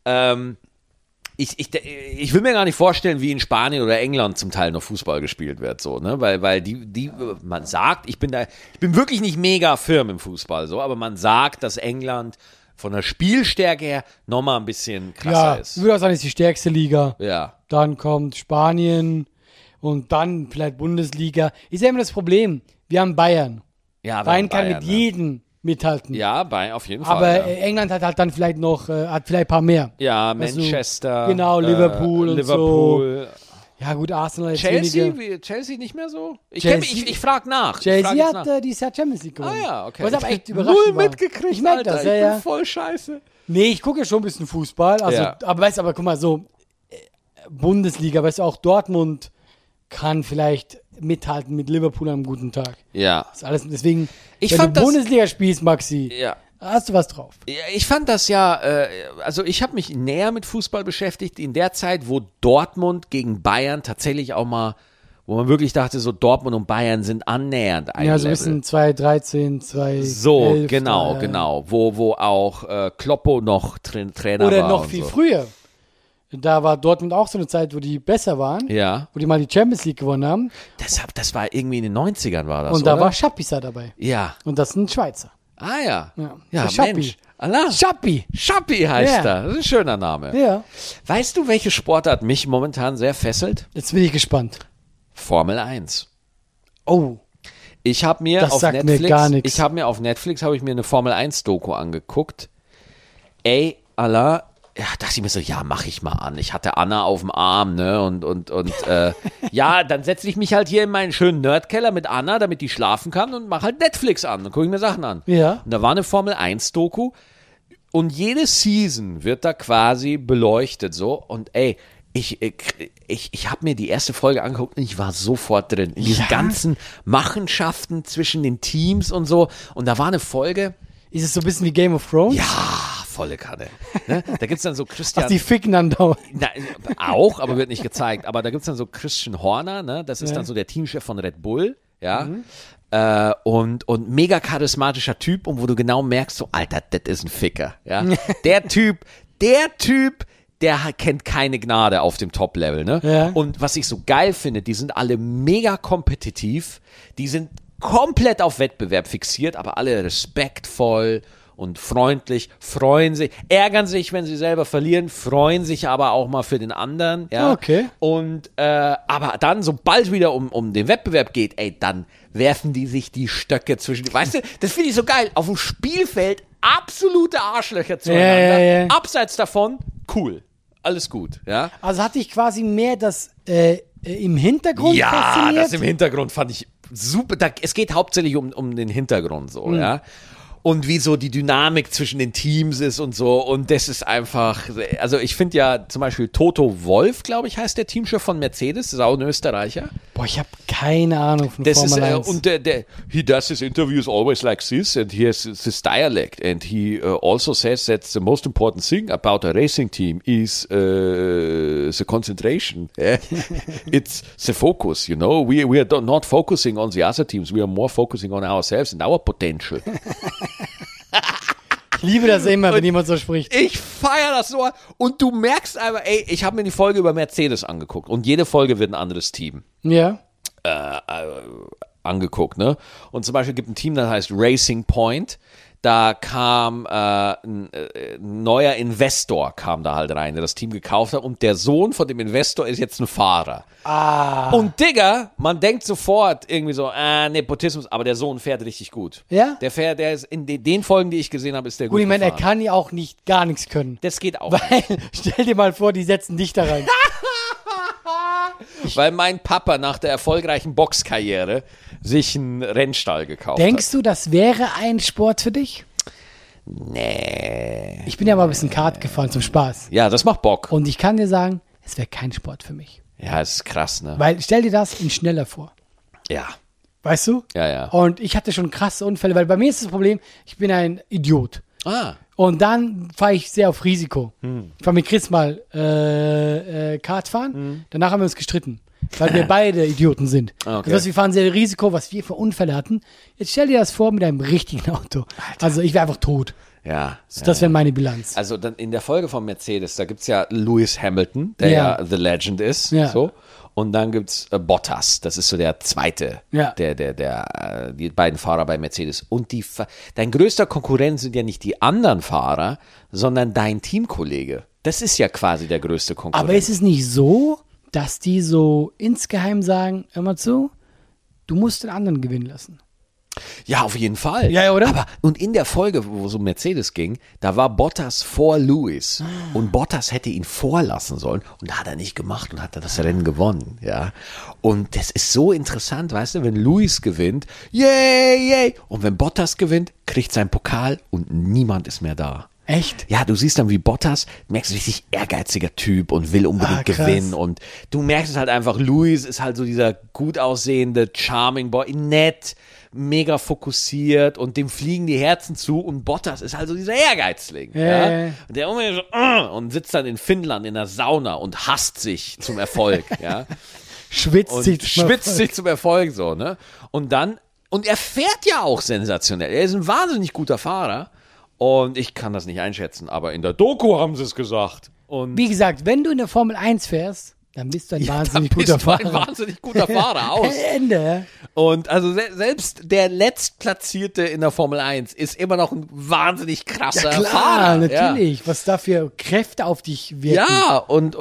ich will mir gar nicht vorstellen, wie in Spanien oder England zum Teil noch Fußball gespielt wird, so, ne, weil man sagt, ich bin wirklich nicht mega firm im Fußball, so, aber man sagt, dass England von der Spielstärke her nochmal ein bisschen krasser Ja, ist. ich würde auch sagen, ist die stärkste Liga. Ja. Dann kommt Spanien und dann vielleicht Bundesliga. Ist ja immer das Problem. Wir haben Bayern. Ja, Bayern kann mit ne? jedem mithalten. Ja, auf jeden Fall. Aber ja. England hat halt dann vielleicht noch, hat vielleicht ein paar mehr. Ja, Weißt du, Manchester. genau, Liverpool und Liverpool. Ja gut, Arsenal jetzt Chelsea? weniger. Chelsea nicht mehr so? Ich Chelsea- frage nach. Chelsea hat dieses Jahr Champions League gewonnen. Ah ja, okay. Was aber echt überraschend Null war. mitgekriegt, Ich merke Alter. das, ja, Ich ja. bin voll scheiße. Nee, ich gucke ja schon ein bisschen Fußball. Also, Ja. aber guck mal, so Bundesliga, weißt du, auch Dortmund kann vielleicht mithalten mit Liverpool an einem guten Tag. Ja. Das ist alles, deswegen, Ich wenn fand du das- Bundesliga spielst, Maxi, Ja. hast du was drauf. Ja, ich fand das ja, also ich habe mich näher mit Fußball beschäftigt in der Zeit, wo Dortmund gegen Bayern tatsächlich auch mal, wo man wirklich dachte, so Dortmund und Bayern sind annähernd ein Ja, so ein Level. bisschen 2013, 2011. So, genau, wo auch Kloppo noch Trainer Oder war. noch und viel so. früher. Da war Dortmund auch so eine Zeit, wo die besser waren, Ja, wo die mal die Champions League gewonnen haben. das war irgendwie in den 90ern war das, Und da oder? war Schapisa dabei. Ja. Und das ist ein Schweizer. Ah ja. Ja. Ja, Schappi. Mensch. Allah. Schappi. Schappi heißt Ja. er. Das ist ein schöner Name. Ja. Weißt du, welche Sportart mich momentan sehr fesselt? Jetzt bin ich gespannt. Formel 1. Oh. Ich habe mir Das auf sagt mir Netflix, gar nix. ich habe mir auf Netflix habe ich mir eine Formel 1 Doku angeguckt. Ey, Allah, ja, dachte ich mir so, ja, mach ich mal an. Ich hatte Anna auf dem Arm, ne, und ja, dann setze ich mich halt hier in meinen schönen Nerdkeller mit Anna, damit die schlafen kann und mache halt Netflix an. Dann gucke ich mir Sachen an. Ja. Und da war eine Formel 1 Doku und jede Season wird da quasi beleuchtet, so. Und ey, ich habe mir die erste Folge angeguckt und ich war sofort drin. In diesen ganzen Machenschaften zwischen den Teams und so. Und da war eine Folge. Ist es so ein bisschen wie Game of Thrones? Ja, volle Kanne. Ne? Da gibt es dann so Christian. Ach, die ficken dann dauernd. Auch, aber wird nicht gezeigt. Aber da gibt es dann so Christian Horner, ne? Das ist dann so der Teamchef von Red Bull, ja. Und mega charismatischer Typ, und wo du genau merkst, so, Alter, das ist ein Ficker, ja. Der Typ, der kennt keine Gnade auf dem Top-Level, ne? Ja. Und was ich so geil finde, die sind alle mega kompetitiv, die sind komplett auf Wettbewerb fixiert, aber alle respektvoll und freundlich, freuen sich, ärgern sich, wenn sie selber verlieren, freuen sich aber auch mal für den anderen, ja. Okay. Und, aber dann, sobald wieder um den Wettbewerb geht, dann werfen die sich die Stöcke zwischen, weißt du, das finde ich so geil, auf dem Spielfeld absolute Arschlöcher zueinander, Ja. abseits davon, cool, alles gut, ja. Also hatte ich quasi mehr das im Hintergrund Ja, fasziniert? das im Hintergrund fand ich super, es geht hauptsächlich um den Hintergrund so, ja. Und wie so die Dynamik zwischen den Teams ist und so. Und das ist einfach, also ich finde ja zum Beispiel Toto Wolff, glaube ich, heißt der Teamchef von Mercedes, das ist auch ein Österreicher. Boah, ich habe keine Ahnung von Das Formel ist, 1. und he does his interviews always like this, and he has this dialect, and he also says that the most important thing about a racing team is the concentration. It's the focus, you know. We are not focusing on the other teams, we are more focusing on ourselves and our potential. Ich liebe das immer, wenn jemand so spricht. Ich feiere das so. Und du merkst einfach, ich habe mir die Folge über Mercedes angeguckt. Und jede Folge wird ein anderes Team Ja. angeguckt, ne? Und zum Beispiel gibt ein Team, das heißt Racing Point. Da kam ein neuer Investor, kam da halt rein, der das Team gekauft hat. Und der Sohn von dem Investor ist jetzt ein Fahrer. Und Digga, man denkt sofort irgendwie so, Nepotismus, aber der Sohn fährt richtig gut. Ja? Der ist in den Folgen, die ich gesehen habe, ist der gut Gut, ich meine, er gefahren. kann ja auch nicht gar nichts können. Das geht auch. Weil, stell dir mal vor, die setzen dich da rein. Weil mein Papa nach der erfolgreichen Boxkarriere sich einen Rennstall gekauft Denkst du, das wäre ein Sport für dich? Nee. Ich bin ja mal ein bisschen Kart gefahren zum Spaß. Ja, das macht Bock. Und ich kann dir sagen, es wäre kein Sport für mich. Ja, es ist krass, ne? Weil, stell dir das in schneller vor. Ja. Weißt du? Ja. Und ich hatte schon krasse Unfälle, weil bei mir ist das Problem, ich bin ein Idiot. Und dann fahre ich sehr auf Risiko. Ich war mit Chris mal Kart fahren, danach haben wir uns gestritten, weil wir beide Idioten sind. Okay. Das heißt, wir fahren sehr Risiko, was wir für Unfälle hatten. Jetzt stell dir das vor mit einem richtigen Auto. Alter. Also ich wäre einfach tot. Ja. Das wäre meine Bilanz. Also dann in der Folge von Mercedes, da gibt's ja Lewis Hamilton, der ja The Legend ist. Ja. So. Und dann gibt's Bottas, das ist so der zweite, Ja. die beiden Fahrer bei Mercedes. Und dein größter Konkurrent sind ja nicht die anderen Fahrer, sondern dein Teamkollege. Das ist ja quasi der größte Konkurrent. Aber ist es nicht so, dass die so insgeheim sagen, hör mal zu, du musst den anderen gewinnen lassen? Ja, auf jeden Fall. Ja, oder? Aber, und in der Folge, wo es um Mercedes ging, da war Bottas vor Lewis. Und Bottas hätte ihn vorlassen sollen. Und hat er nicht gemacht und hat er das Rennen gewonnen. Ja. Und das ist so interessant, weißt du, wenn Lewis gewinnt, yay. Und wenn Bottas gewinnt, kriegt sein Pokal und niemand ist mehr da. Echt? Ja, du siehst dann, wie Bottas, merkst du, richtig ehrgeiziger Typ und will unbedingt krass. gewinnen. Und du merkst es halt einfach, Lewis ist halt so dieser gut aussehende, charming Boy, nett, mega fokussiert und dem fliegen die Herzen zu und Bottas ist halt so dieser Ehrgeizling. Ja. Und der unbedingt so, und sitzt dann in Finnland in der Sauna und hasst sich zum Erfolg. Ja. Schwitzt sich zum Erfolg so, ne? Und er fährt ja auch sensationell. Er ist ein wahnsinnig guter Fahrer. Und ich kann das nicht einschätzen, aber in der Doku haben sie es gesagt. Und Wie gesagt, wenn du in der Formel 1 fährst, dann bist du ein wahnsinnig guter Fahrer. Ein wahnsinnig guter Fahrer aus. Ende. Und also selbst der Letztplatzierte in der Formel 1 ist immer noch ein wahnsinnig krasser Klar, Fahrer. natürlich. Was da für Kräfte auf dich wirken. Ja, und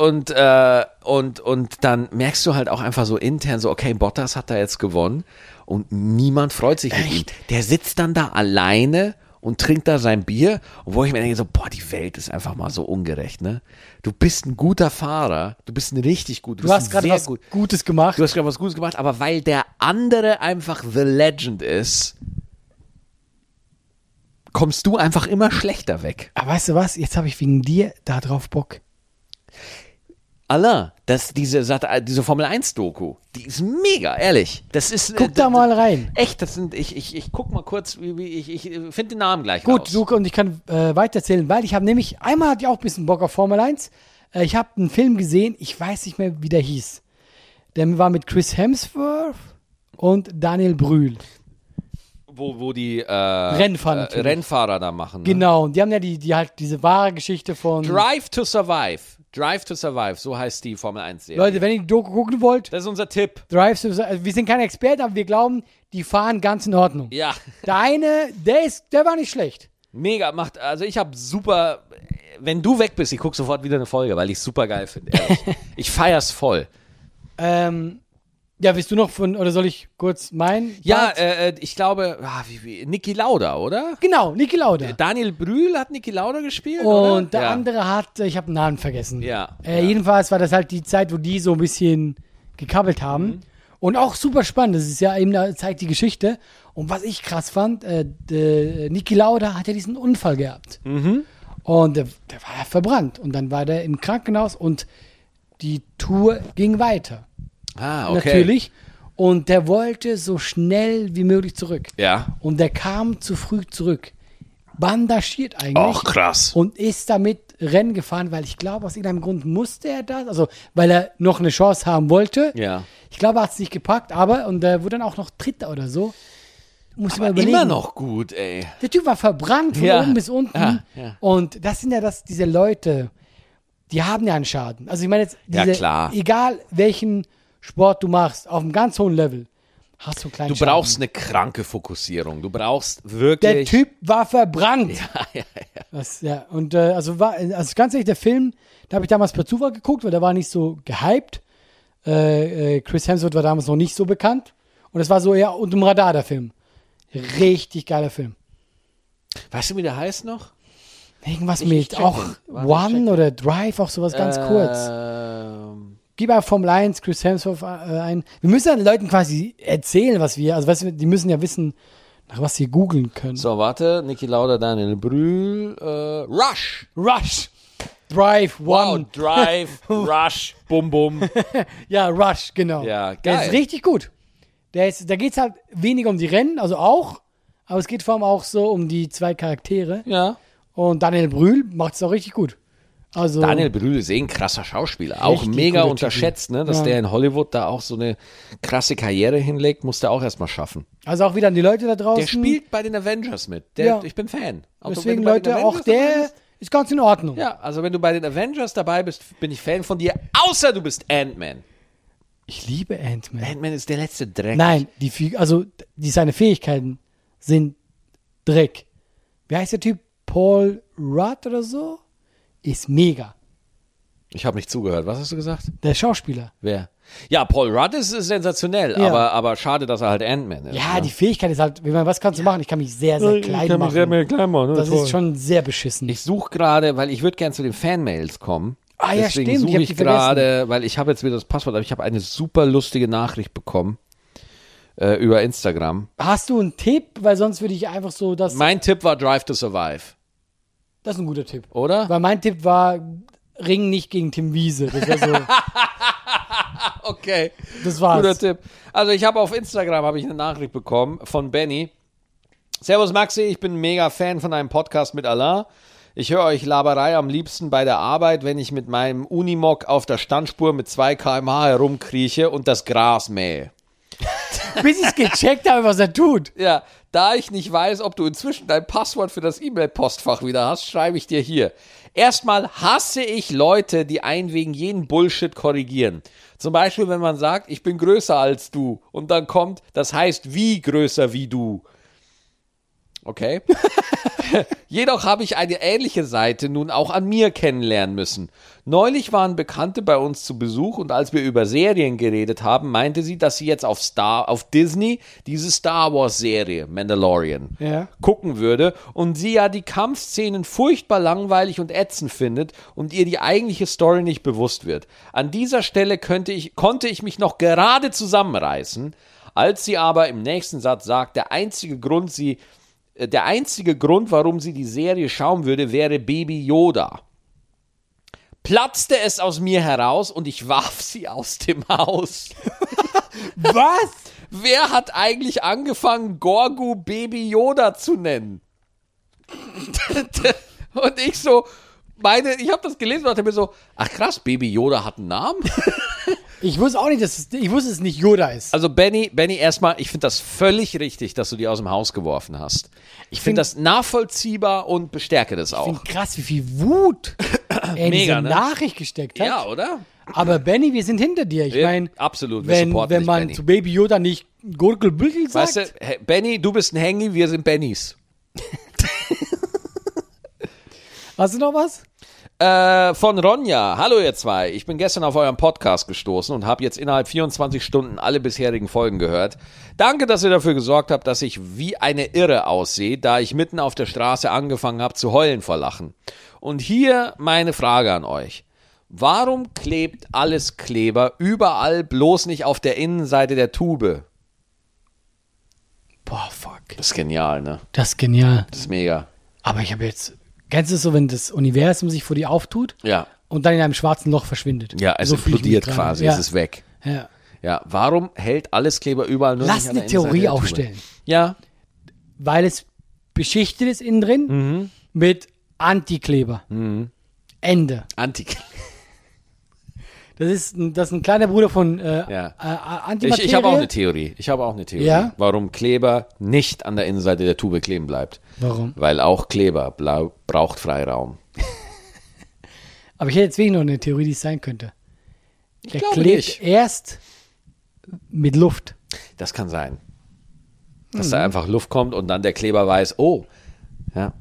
dann merkst du halt auch einfach so intern so, okay, Bottas hat da jetzt gewonnen und niemand freut sich mit ihm. Der sitzt dann da alleine und trinkt da sein Bier, und wo ich mir denke so, boah, die Welt ist einfach mal so ungerecht, ne? Du bist ein guter Fahrer, du bist ein richtig gut, Du hast gerade was Gutes gemacht. Du hast gerade was Gutes gemacht, aber weil der andere einfach the legend ist, kommst du einfach immer schlechter weg. Aber weißt du was? Jetzt habe ich wegen dir da drauf Bock. Alain, diese Formel-1-Doku, die ist mega, ehrlich. Das ist, Guck da mal rein. Echt, ich guck mal kurz, ich finde den Namen gleich Gut, raus. Luca, und ich kann weitererzählen, weil ich habe nämlich, einmal hatte ich auch ein bisschen Bock auf Formel 1. Ich habe einen Film gesehen, ich weiß nicht mehr, wie der hieß. Der war mit Chris Hemsworth und Daniel Brühl. Wo die Rennfahrer da machen. Ne? Genau, und die haben ja die halt diese wahre Geschichte von... Drive to Survive, so heißt die Formel 1-Serie. Leute, wenn ihr die Doku gucken wollt, Das ist unser Tipp. also wir sind keine Experten, aber wir glauben, die fahren ganz in Ordnung. Ja, Der eine, der war nicht schlecht. mega, also ich habe super, wenn du weg bist, ich gucke sofort wieder eine Folge, weil ich es super geil finde, ehrlich. Ich feier's voll. Ja, willst du noch oder soll ich kurz meinen? Ja, ich glaube, Niki Lauda, oder? Genau, Niki Lauda. Daniel Brühl hat Niki Lauda gespielt, Und oder? der andere hat, ich habe den Namen vergessen. Ja. Jedenfalls war das halt die Zeit, wo die so ein bisschen gekabbelt haben. Und auch super spannend. Das ist ja eben, da zeigt die Geschichte. Und was ich krass fand, Niki Lauda hat ja diesen Unfall gehabt. Und der war ja verbrannt. Und dann war der im Krankenhaus und die Tour ging weiter. Ah, okay. Natürlich. Und der wollte so schnell wie möglich zurück. Ja. Und der kam zu früh zurück. Bandagiert eigentlich. Ach, krass. Und ist damit Rennen gefahren, weil ich glaube, aus irgendeinem Grund musste er das. Also, weil er noch eine Chance haben wollte. Ja. Ich glaube, er hat es nicht gepackt, und er wurde dann auch noch Dritter oder so. Muss ich mal überlegen. Immer noch gut, ey. Der Typ war verbrannt von Ja. oben bis unten. Ja. Und das sind ja diese Leute, die haben ja einen Schaden. Also ich meine jetzt, Ja, klar. egal welchen Sport du machst, auf einem ganz hohen Level, hast du einen kleinen Du Schaden. brauchst eine kranke Fokussierung. Du brauchst Der wirklich... Typ war verbrannt. Und also ganz ehrlich, der Film, da habe ich damals per Zufall geguckt, weil der war nicht so gehypt. Chris Hemsworth war damals noch nicht so bekannt. Und es war so eher unter dem Radar, der Film. Richtig geiler Film. Weißt du, wie der heißt noch? Irgendwas Ich mit check auch den. Warte, ich check One oder Drive, auch sowas ganz kurz. Gib einfach Formel 1, Chris Hemsworth ein. Wir müssen ja den Leuten quasi erzählen, was wir, also weißt du, die müssen ja wissen, nach was sie googeln können. So, warte. Niki Lauda, Daniel Brühl. Rush. Rush. Drive, Wow, One. Drive, Rush, Bum Bum. Ja, Rush, genau. Ja, Der geil. ist richtig gut. Da geht es halt weniger um die Rennen, also auch, aber es geht vor allem auch so um die zwei Charaktere. Ja. Und Daniel Brühl macht es auch richtig gut. Also, Daniel Brühl ist ein krasser Schauspieler. Auch Richtig mega guter unterschätzt, ne? Dass Ja. der in Hollywood da auch so eine krasse Karriere hinlegt, muss der auch erstmal schaffen. also auch wieder an die Leute da draußen. Der spielt bei den Avengers mit. Ja. Ich bin Fan. Also, Deswegen, wenn du bei den Leute, auch Avengers dabei der bist- ist ganz in Ordnung. Ja, also wenn du bei den Avengers dabei bist, bin ich Fan von dir, außer du bist Ant-Man. Ich liebe Ant-Man. Ant-Man ist der letzte Dreck. Nein, seine Fähigkeiten sind Dreck. Wie heißt der Typ? Paul Rudd oder so? Ist mega. Ich habe nicht zugehört. Was hast du gesagt? Der Schauspieler. Wer? Ja, Paul Rudd ist sensationell, Ja. aber schade, dass er halt Ant-Man ist. Ja, ne? die Fähigkeit ist halt, was kannst du machen? Ich kann mich sehr, sehr klein machen. klein machen. Das ist schon sehr beschissen. Ich suche gerade, weil ich würde gerne zu den Fanmails kommen. Ah, ja, Deswegen stimmt, ich suche hab ich die gerade, weil ich habe jetzt wieder das Passwort, aber ich habe eine super lustige Nachricht bekommen über Instagram. Hast du einen Tipp? Weil sonst würde ich einfach so das. Mein Tipp war Drive to Survive, Das ist ein guter Tipp. oder? Weil mein Tipp war, Ring nicht gegen Tim Wiese. Das war so. Okay. Das war's. Guter Tipp. Also ich habe auf Instagram eine Nachricht bekommen von Benny. Servus Maxi, ich bin mega Fan von einem Podcast mit Alain. Ich höre euch Laberei am liebsten bei der Arbeit, wenn ich mit meinem Unimog auf der Standspur mit 2 km/h herumkrieche und das Gras mähe. Bis ich es gecheckt habe, was er tut. Ja, da ich nicht weiß, ob du inzwischen dein Passwort für das E-Mail-Postfach wieder hast, schreibe ich dir hier. Erstmal hasse ich Leute, die einen wegen jeden Bullshit korrigieren. Zum Beispiel, wenn man sagt, ich bin größer als du und dann kommt, das heißt wie größer wie du. Okay. Jedoch habe ich eine ähnliche Seite nun auch an mir kennenlernen müssen. Neulich waren Bekannte bei uns zu Besuch und als wir über Serien geredet haben, meinte sie, dass sie jetzt auf Disney diese Star Wars Serie Mandalorian gucken würde und sie ja die Kampfszenen furchtbar langweilig und ätzend findet und ihr die eigentliche Story nicht bewusst wird. An dieser Stelle konnte ich mich noch gerade zusammenreißen, als sie aber im nächsten Satz sagt, der einzige Grund, warum sie die Serie schauen würde, wäre Baby Yoda. platzte es aus mir heraus und ich warf sie aus dem Haus. Was? Wer hat eigentlich angefangen, Gorgu Baby Yoda zu nennen? Und ich so, ich habe das gelesen und dachte mir so, ach krass, Baby Yoda hat einen Namen? Ich wusste auch nicht, ich wusste, dass es nicht Yoda ist. Also Benny, erstmal, ich finde das völlig richtig, dass du die aus dem Haus geworfen hast. Ich finde das nachvollziehbar und bestärke das Ich auch. finde krass, wie viel Wut er in Mega, diese ne? Nachricht gesteckt hat. Ja, oder? Aber Benny, wir sind hinter dir. Ich Ja, meine, absolut, wir wenn supporten dich, man Benny. zu Baby Yoda nicht Gurgelbügel sagt. Weißt du, Benny, du bist ein Hengi, wir sind Bennys. Hast du noch was? Von Ronja. Hallo ihr zwei. Ich bin gestern auf euren Podcast gestoßen und habe jetzt innerhalb 24 Stunden alle bisherigen Folgen gehört. Danke, dass ihr dafür gesorgt habt, dass ich wie eine Irre aussehe, da ich mitten auf der Straße angefangen habe zu heulen vor Lachen. Und hier meine Frage an euch. Warum klebt alles Kleber überall, bloß nicht auf der Innenseite der Tube? Boah, fuck. Das ist genial, ne? Das ist genial. Das ist mega. Aber ich habe jetzt, kennst du es so, wenn das Universum sich vor dir auftut Ja. und dann in einem schwarzen Loch verschwindet? Ja, es So fühle ich mich implodiert gerade. quasi, Ja. es ist weg. Ja. Ja, warum hält alles Kleber überall nur Lass nicht an der eine Theorie Innenseite der Tube? aufstellen. Ja. Weil es beschichtet ist innen drin mit Antikleber. Ende. Das ist ein kleiner Bruder von Antimaterie. Ich habe auch eine Theorie. Ja? Warum Kleber nicht an der Innenseite der Tube kleben bleibt. Warum? Weil auch Kleber braucht Freiraum. Aber ich hätte jetzt wirklich noch eine Theorie, die es sein könnte. Der glaube klebt nicht. erst mit Luft. Das kann sein. Dass da einfach Luft kommt und dann der Kleber weiß, oh. Ja.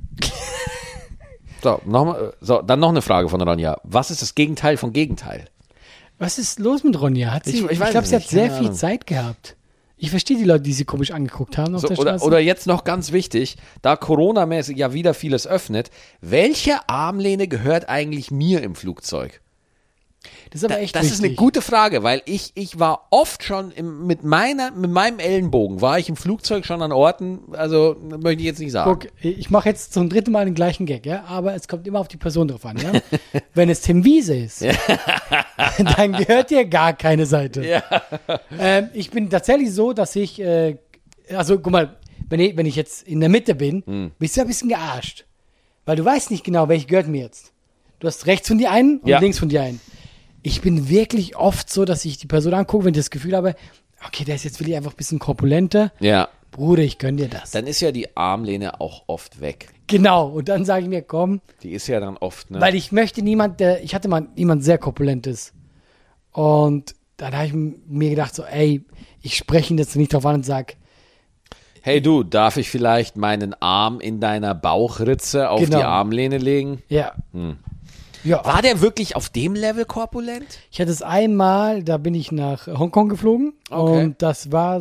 Dann noch eine Frage von Ronja. Was ist das Gegenteil von Gegenteil? Was ist los mit Ronja? Ich weiß glaube, es sie hat nicht, sehr keine viel Ahnung. Zeit gehabt. Ich verstehe die Leute, die sie komisch angeguckt haben auf der Straße. Oder jetzt noch ganz wichtig, da Corona-mäßig ja wieder vieles öffnet, welche Armlehne gehört eigentlich mir im Flugzeug? Das ist aber echt Das ist eine wichtig. gute Frage, weil ich war oft schon mit meinem Ellenbogen, war ich im Flugzeug schon an Orten, also möchte ich jetzt nicht sagen. Guck, ich mache jetzt zum dritten Mal den gleichen Gag, ja, aber es kommt immer auf die Person drauf an, ja. Wenn es Tim Wiese ist, dann gehört dir gar keine Seite. Ja. Ich bin tatsächlich so, dass ich, also guck mal, wenn ich jetzt in der Mitte bin, bist du ein bisschen gearscht. Weil du weißt nicht genau, welche gehört mir jetzt. Du hast rechts von dir einen und Ja. links von dir einen. Ich bin wirklich oft so, dass ich die Person angucke, wenn ich das Gefühl habe, okay, der ist jetzt wirklich einfach ein bisschen korpulenter. Ja. Bruder, ich gönn dir das. Dann ist ja die Armlehne auch oft weg. Genau, und dann sage ich mir, komm, Die ist ja dann oft, ne? weil ich möchte ich hatte mal jemand sehr korpulentes. Und dann habe ich mir gedacht, so, ey, ich spreche ihn jetzt nicht drauf an und sage, Hey du, darf ich vielleicht meinen Arm in deiner Bauchritze auf Genau. die Armlehne legen? ja. Ja, War der wirklich auf dem Level korpulent? ich hatte es einmal, da bin ich nach Hongkong geflogen Okay. und das war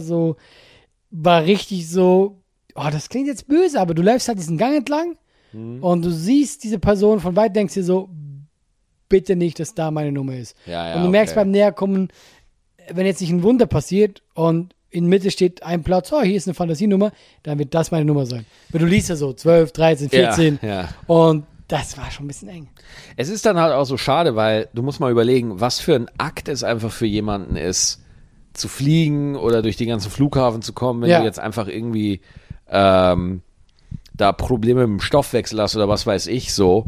richtig so, oh, das klingt jetzt böse, aber du läufst halt diesen Gang entlang und du siehst diese Person von weit, denkst dir so, bitte nicht, dass da meine Nummer ist. Ja, Und du merkst okay. beim Näherkommen, wenn jetzt nicht ein Wunder passiert und in Mitte steht ein Platz, oh, hier ist eine Fantasienummer, dann wird das meine Nummer sein. Weil du liest ja so 12, 13, 14 Ja. und das war schon ein bisschen eng. Es ist dann halt auch so schade, weil du musst mal überlegen, was für ein Akt es einfach für jemanden ist, zu fliegen oder durch den ganzen Flughafen zu kommen, wenn Ja. du jetzt einfach irgendwie da Probleme mit dem Stoffwechsel hast oder was weiß ich so.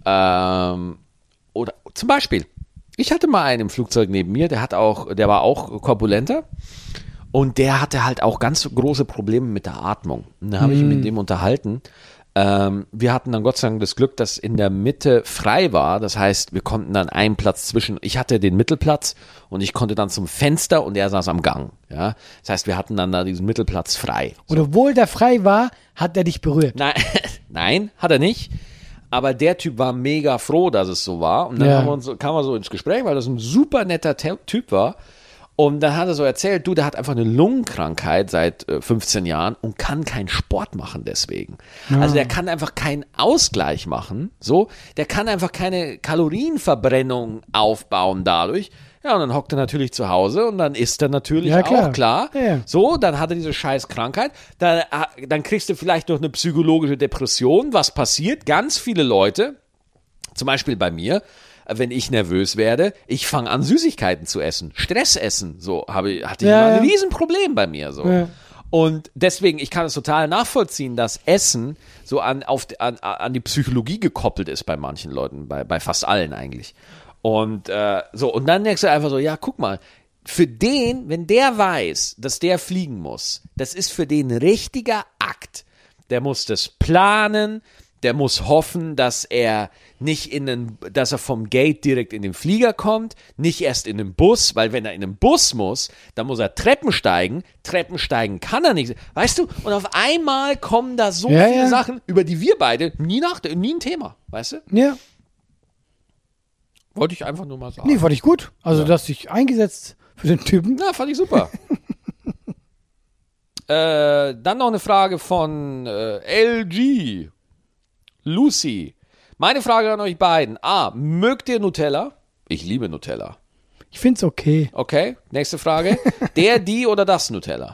Oder zum Beispiel, ich hatte mal einen im Flugzeug neben mir, der war auch korpulenter. Und der hatte halt auch ganz große Probleme mit der Atmung. Und da habe ich mich mit dem unterhalten. Wir hatten dann Gott sei Dank das Glück, dass in der Mitte frei war. Das heißt, wir konnten dann einen Platz zwischen. Ich hatte den Mittelplatz und ich konnte dann zum Fenster und er saß am Gang. Ja, das heißt, wir hatten dann da diesen Mittelplatz frei. Und obwohl der frei war, hat er dich berührt. Nein, nein, hat er nicht. Aber der Typ war mega froh, dass es so war. Und dann Ja. kam er so ins Gespräch, weil das ein super netter Typ war. Und dann hat er so erzählt, der hat einfach eine Lungenkrankheit seit 15 Jahren und kann keinen Sport machen deswegen. Also der kann einfach keinen Ausgleich machen, so. Der kann einfach keine Kalorienverbrennung aufbauen dadurch. Ja, und dann hockt er natürlich zu Hause und dann isst er natürlich Ja, klar. auch, klar. Ja. So, dann hat er diese scheiß Krankheit. Dann kriegst du vielleicht noch eine psychologische Depression. Was passiert? Ganz viele Leute, zum Beispiel bei mir, wenn ich nervös werde, ich fange an, Süßigkeiten zu essen. Stress essen. So, hatte ich mal ein Riesenproblem bei mir. So. Ja. Und deswegen, ich kann es total nachvollziehen, dass Essen so an die Psychologie gekoppelt ist bei manchen Leuten, bei fast allen eigentlich. Und und dann denkst du einfach so, ja, guck mal, für den, wenn der weiß, dass der fliegen muss, das ist für den ein richtiger Akt. Der muss das planen, der muss hoffen, dass er dass er vom Gate direkt in den Flieger kommt, nicht erst in den Bus, weil wenn er in den Bus muss, dann muss er Treppen steigen kann er nicht. Weißt du, und auf einmal kommen da so viele Sachen, über die wir beide nie ein Thema, weißt du? Ja. Wollte ich einfach nur mal sagen. Nee, fand ich gut. Also, du hast dich eingesetzt für den Typen. Ja, fand ich super. Dann noch eine Frage von LG. Lucy. Meine Frage an euch beiden. A, mögt ihr Nutella? Ich liebe Nutella. Ich find's okay. Okay, nächste Frage. Der, die oder das Nutella?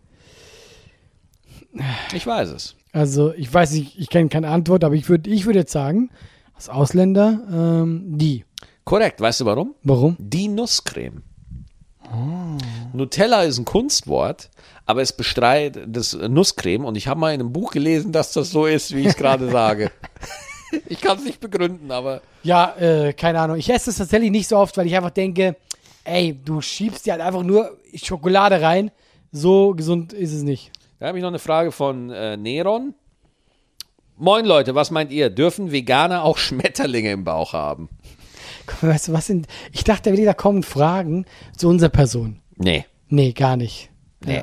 Ich weiß es. Also, ich weiß nicht, ich kenne keine Antwort, aber ich würde jetzt sagen, als Ausländer, die. Korrekt, weißt du warum? Warum? Die Nusscreme. Oh. Nutella ist ein Kunstwort, aber es bestreitet das Nusscreme und ich habe mal in einem Buch gelesen, dass das so ist, wie ich es gerade sage. Ich kann es nicht begründen, aber... Ja, keine Ahnung. Ich esse es tatsächlich nicht so oft, weil ich einfach denke, ey, du schiebst dir halt einfach nur Schokolade rein. So gesund ist es nicht. Da habe ich noch eine Frage von Neron. Moin Leute, was meint ihr? Dürfen Veganer auch Schmetterlinge im Bauch haben? Weißt du, ich dachte, da kommen Fragen zu unserer Person. Nee. Nee, gar nicht. Nee.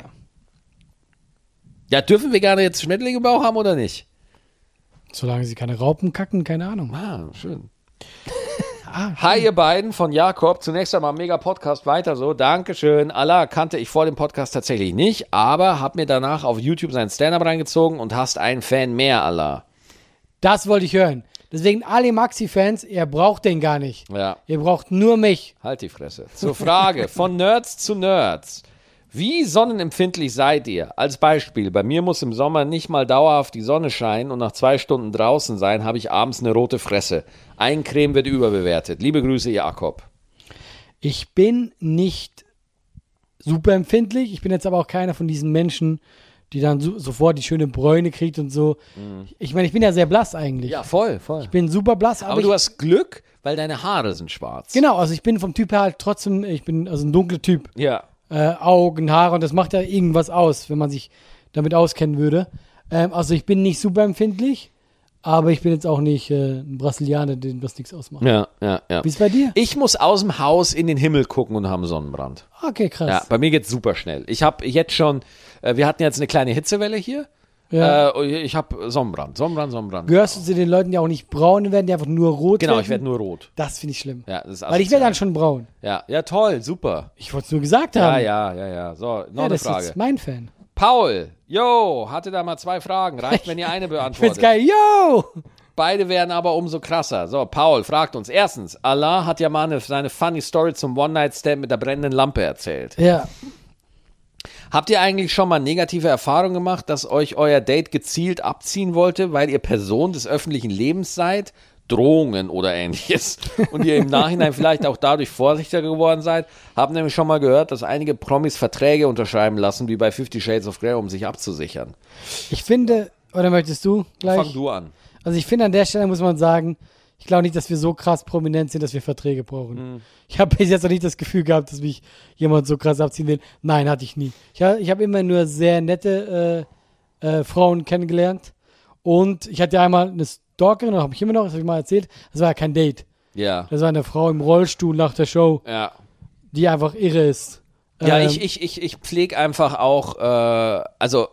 Ja, dürfen Veganer jetzt Schmetterlinge im Bauch haben oder nicht? Solange sie keine Raupen kacken, keine Ahnung. Ah, schön. Hi ihr beiden von Jakob. Zunächst einmal mega Podcast, weiter so. Dankeschön. Allah kannte ich vor dem Podcast tatsächlich nicht, aber hab mir danach auf YouTube seinen Stand-Up reingezogen und hast einen Fan mehr, Allah. Das wollte ich hören. Deswegen alle Maxi-Fans, ihr braucht den gar nicht. Ja. Ihr braucht nur mich. Halt die Fresse. Zur Frage, von Nerds zu Nerds. Wie sonnenempfindlich seid ihr? Als Beispiel, bei mir muss im Sommer nicht mal dauerhaft die Sonne scheinen und nach 2 Stunden draußen sein, habe ich abends eine rote Fresse. Eincreme wird überbewertet. Liebe Grüße, Jakob. Ich bin nicht super empfindlich. Ich bin jetzt aber auch keiner von diesen Menschen, die dann sofort die schöne Bräune kriegt und so. Mhm. Ich meine, ich bin ja sehr blass eigentlich. Ja, voll. Ich bin super blass. Aber du hast Glück, weil deine Haare sind schwarz. Genau, also ich bin vom Typ her halt trotzdem, ich bin also ein dunkler Typ. Ja. Augen, Haare und das macht ja irgendwas aus, wenn man sich damit auskennen würde. Also ich bin nicht super empfindlich, aber ich bin jetzt auch nicht ein Brasilianer, dem das nichts ausmacht. Ja. Wie ist bei dir? Ich muss aus dem Haus in den Himmel gucken und habe einen Sonnenbrand. Okay, krass. Ja, bei mir geht's super schnell. Ich habe jetzt schon, wir hatten jetzt eine kleine Hitzewelle hier. Ja. Ich habe Sonnenbrand. Gehörst du zu den Leuten, die auch nicht braun werden, die einfach nur rot werden? Genau, ich werde nur rot. Das finde ich schlimm. Ja, das ist weil ich werde dann schon braun. Ja, toll, super. Ich wollte es nur gesagt haben. Ja. So, noch eine Frage. Das ist mein Fan. Paul, hatte da mal 2 Fragen. Reicht, wenn ihr eine beantwortet. Ich find's geil, yo! Beide werden aber umso krasser. So, Paul fragt uns. Erstens, Allah hat ja mal seine funny Story zum One-Night-Stand mit der brennenden Lampe erzählt. Ja. Habt ihr eigentlich schon mal negative Erfahrungen gemacht, dass euch euer Date gezielt abziehen wollte, weil ihr Person des öffentlichen Lebens seid? Drohungen oder ähnliches. Und ihr im Nachhinein vielleicht auch dadurch vorsichtiger geworden seid? Hab nämlich schon mal gehört, dass einige Promis Verträge unterschreiben lassen, wie bei 50 Shades of Grey, um sich abzusichern. Ich finde, oder möchtest du gleich? Fang du an. Also ich finde, an der Stelle muss man sagen, ich glaube nicht, dass wir so krass prominent sind, dass wir Verträge brauchen. Ich habe bis jetzt noch nicht das Gefühl gehabt, dass mich jemand so krass abziehen will. Nein, hatte ich nie. Ich habe immer nur sehr nette Frauen kennengelernt. Und ich hatte einmal eine Stalkerin, habe ich immer noch, das habe ich mal erzählt. Das war ja kein Date. Ja. Das war eine Frau im Rollstuhl nach der Show, die einfach irre ist. Ja, ich pflege einfach auch, also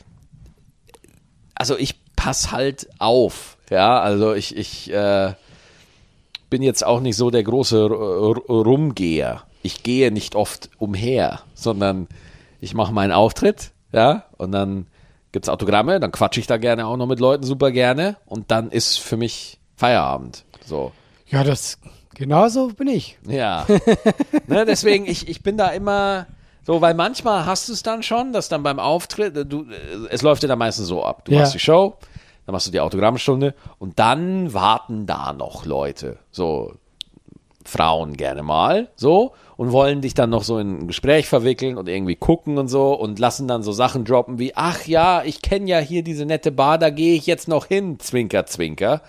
ich pass halt auf. Ja, also ich bin jetzt auch nicht so der große Rumgeher. Ich gehe nicht oft umher, sondern ich mache meinen Auftritt, ja, und dann gibt's Autogramme, dann quatsche ich da gerne auch noch mit Leuten super gerne und dann ist für mich Feierabend. So. Ja, genauso bin ich. Ja. Ne, deswegen, ich bin da immer so, weil manchmal hast du es dann schon, dass dann beim Auftritt, es läuft ja dann meistens so ab. Du machst die Show, dann machst du die Autogrammstunde und dann warten da noch Leute. So Frauen gerne mal, so, und wollen dich dann noch so in ein Gespräch verwickeln und irgendwie gucken und so und lassen dann so Sachen droppen wie, ach ja, ich kenne ja hier diese nette Bar, da gehe ich jetzt noch hin, Zwinker, Zwinker.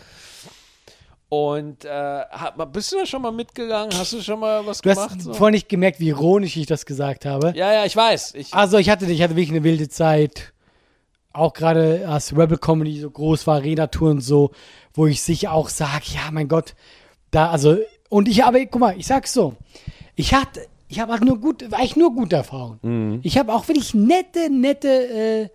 Und bist du da schon mal mitgegangen? Hast du schon mal was Du gemacht? hast So? vorhin nicht gemerkt, wie ironisch ich das gesagt habe. Ja, ich weiß. Also ich hatte wirklich eine wilde Zeit, auch gerade als Rebel Comedy so groß war, Arena-Tour und so, wo ich sicher auch sage, ja, mein Gott, aber guck mal, ich sag's so, ich habe eigentlich nur gute Erfahrungen. Mhm. Ich habe auch wirklich nette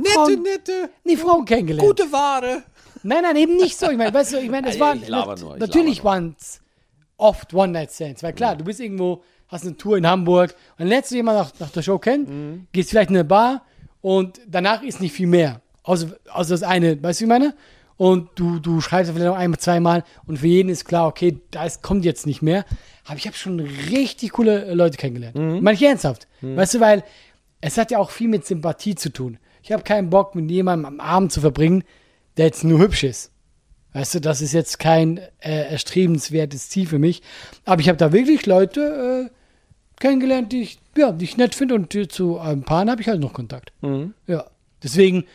Frauen kennengelernt. Gute Ware. Nein, eben nicht so. Ich meine, weißt du, es waren, ich laber nur, natürlich waren es oft One-Night-Stands, weil klar, du bist irgendwo, hast eine Tour in Hamburg und dann lernst du jemanden nach der Show kennen, gehst vielleicht in eine Bar und danach ist nicht viel mehr. Außer das eine, weißt du, wie ich meine? Und du schreibst vielleicht noch einmal, zweimal und für jeden ist klar, okay, kommt jetzt nicht mehr. Aber ich habe schon richtig coole Leute kennengelernt. Meine ich ernsthaft. Weißt du, weil es hat ja auch viel mit Sympathie zu tun. Ich habe keinen Bock, mit jemandem am Abend zu verbringen, der jetzt nur hübsch ist. Weißt du, das ist jetzt kein erstrebenswertes Ziel für mich. Aber ich habe da wirklich Leute kennengelernt, die ich nett finde und zu ein paar habe ich halt noch Kontakt. Ja, deswegen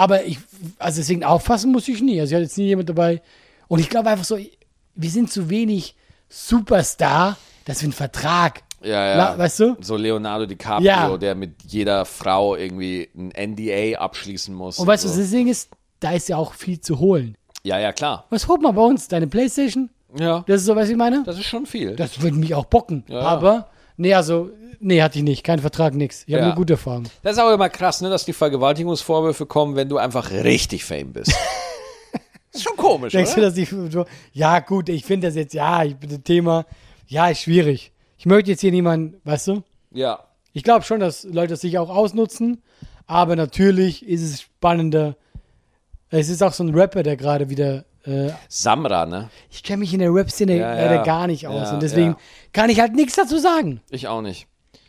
aufpassen muss ich nie. Also ich hatte jetzt nie jemand dabei. Und ich glaube einfach so, wir sind zu wenig Superstar, dass wir einen Vertrag, weißt du? So Leonardo DiCaprio, der mit jeder Frau irgendwie ein NDA abschließen muss. Und weißt du, so. das Ding ist, da ist ja auch viel zu holen. Ja, klar. Was holt man bei uns? Deine Playstation? Ja. Das ist so, was ich meine? Das ist schon viel. Das würde mich auch bocken. Ja. Aber, hatte ich nicht. Kein Vertrag, nix. Ich habe Ja. nur gute Erfahrungen. Das ist auch immer krass, ne, dass die Vergewaltigungsvorwürfe kommen, wenn du einfach richtig Fame bist. Ist schon komisch, Denkst du, oder? dass ja gut, ich finde das jetzt, ich bin das Thema, ist schwierig. Ich möchte jetzt hier niemanden, weißt du? Ja. Ich glaube schon, dass Leute das sich auch ausnutzen, aber natürlich ist es spannender. Es ist auch so ein Rapper, der gerade wieder Samra, ne? ich kenne mich in der Rap-Szene leider gar nicht aus und deswegen kann ich halt nichts dazu sagen. Ich auch nicht.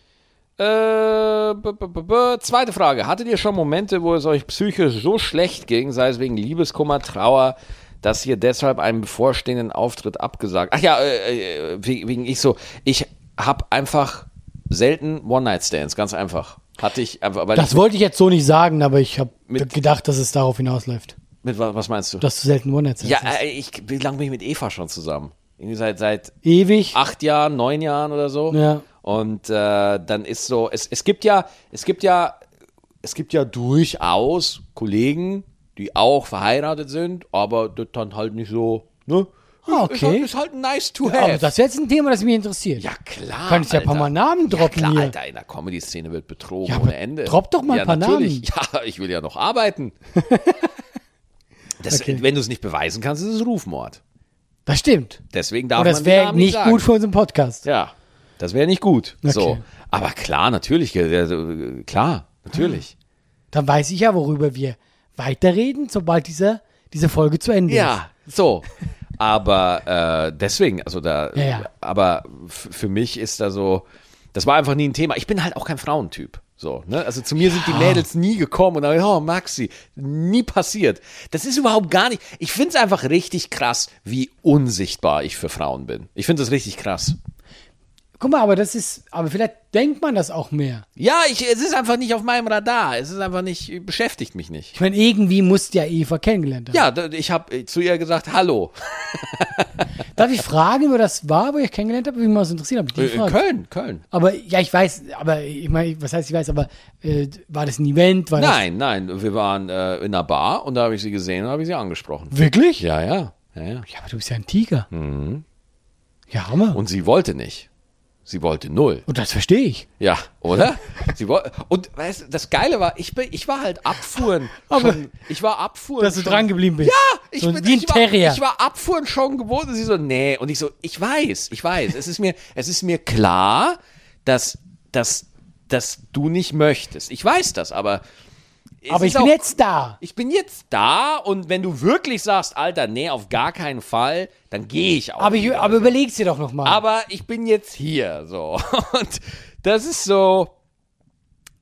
Zweite Frage. Hattet ihr schon Momente, wo es euch psychisch so schlecht ging, sei es wegen Liebeskummer, Trauer, dass ihr deshalb einen bevorstehenden Auftritt abgesagt? Ach ja, ich habe einfach selten One-Night-Stands, ganz einfach. Hatte ich einfach. Weil Das wollte ich jetzt so nicht sagen, aber ich habe gedacht, dass es darauf hinausläuft. mit was meinst du? Dass du selten One-Night-Stands Ja, hast. wie lange bin ich mit Eva schon zusammen? Irgendwie seit Ewig. 8 Jahren, 9 Jahren oder so. Ja. Und dann ist so, es gibt ja durchaus Kollegen, die auch verheiratet sind, aber das dann halt nicht so, ne? Okay. Ist halt nice to Aber have. das ist jetzt ein Thema, das mich interessiert. Ja, klar. Kannst ja ein paar Mal Namen droppen ja, klar, hier. Alter, in der Comedy-Szene wird betrogen Ja, ohne aber Ende. dropp doch mal ein paar natürlich. Namen. Ja, ich will ja noch arbeiten. Okay. Wenn du es nicht beweisen kannst, ist es Rufmord. Das stimmt. Deswegen darf Und man das die wäre Namen nicht sagen. gut für unseren Podcast. Ja, das wäre nicht gut. Okay. So. Aber klar, natürlich. Klar, natürlich. Dann weiß ich ja, worüber wir weiterreden, sobald diese Folge zu Ende ist. Ja, so. Aber deswegen, also da, Ja. aber für mich ist da so, das war einfach nie ein Thema. Ich bin halt auch kein Frauentyp. So, ne? Also zu mir sind die Mädels nie gekommen und dann, oh, Maxi, nie passiert. Das ist überhaupt gar nicht. Ich finde es einfach richtig krass, wie unsichtbar ich für Frauen bin. Ich finde das richtig krass. Guck mal, aber vielleicht denkt man das auch mehr. Ja, es ist einfach nicht auf meinem Radar. Es ist einfach nicht, beschäftigt mich nicht. Ich meine, irgendwie musst du ja Eva kennengelernt haben. Ja, ich habe zu ihr gesagt, hallo. Darf ich fragen, wo das war, wo ich kennengelernt habe? Wie mich mal so interessiert habe. Köln. Aber ja, ich weiß, aber ich meine, was heißt ich weiß, aber war das ein Event? Nein, wir waren in einer Bar und da habe ich sie gesehen und habe ich sie angesprochen. Wirklich? Ja. Ja, aber du bist ja ein Tiger. Ja, Hammer. Und sie wollte nicht. Sie wollte 0. Und das verstehe ich. Ja, oder? Und weißt du, das Geile war, ich war halt Abfuhren. Ich war Abfuhren. Dass du dran geblieben bist. Ja, ich so wie ein Terrier. Ich war Abfuhren schon gewohnt und sie so, nee. Und ich so, ich weiß. Es ist mir klar, dass du nicht möchtest. Ich weiß das, aber ich bin jetzt da. Ich bin jetzt da und wenn du wirklich sagst, Alter, nee, auf gar keinen Fall, dann gehe ich auch. Aber wieder. überleg's dir doch nochmal. Aber ich bin jetzt hier, so. Und das ist so,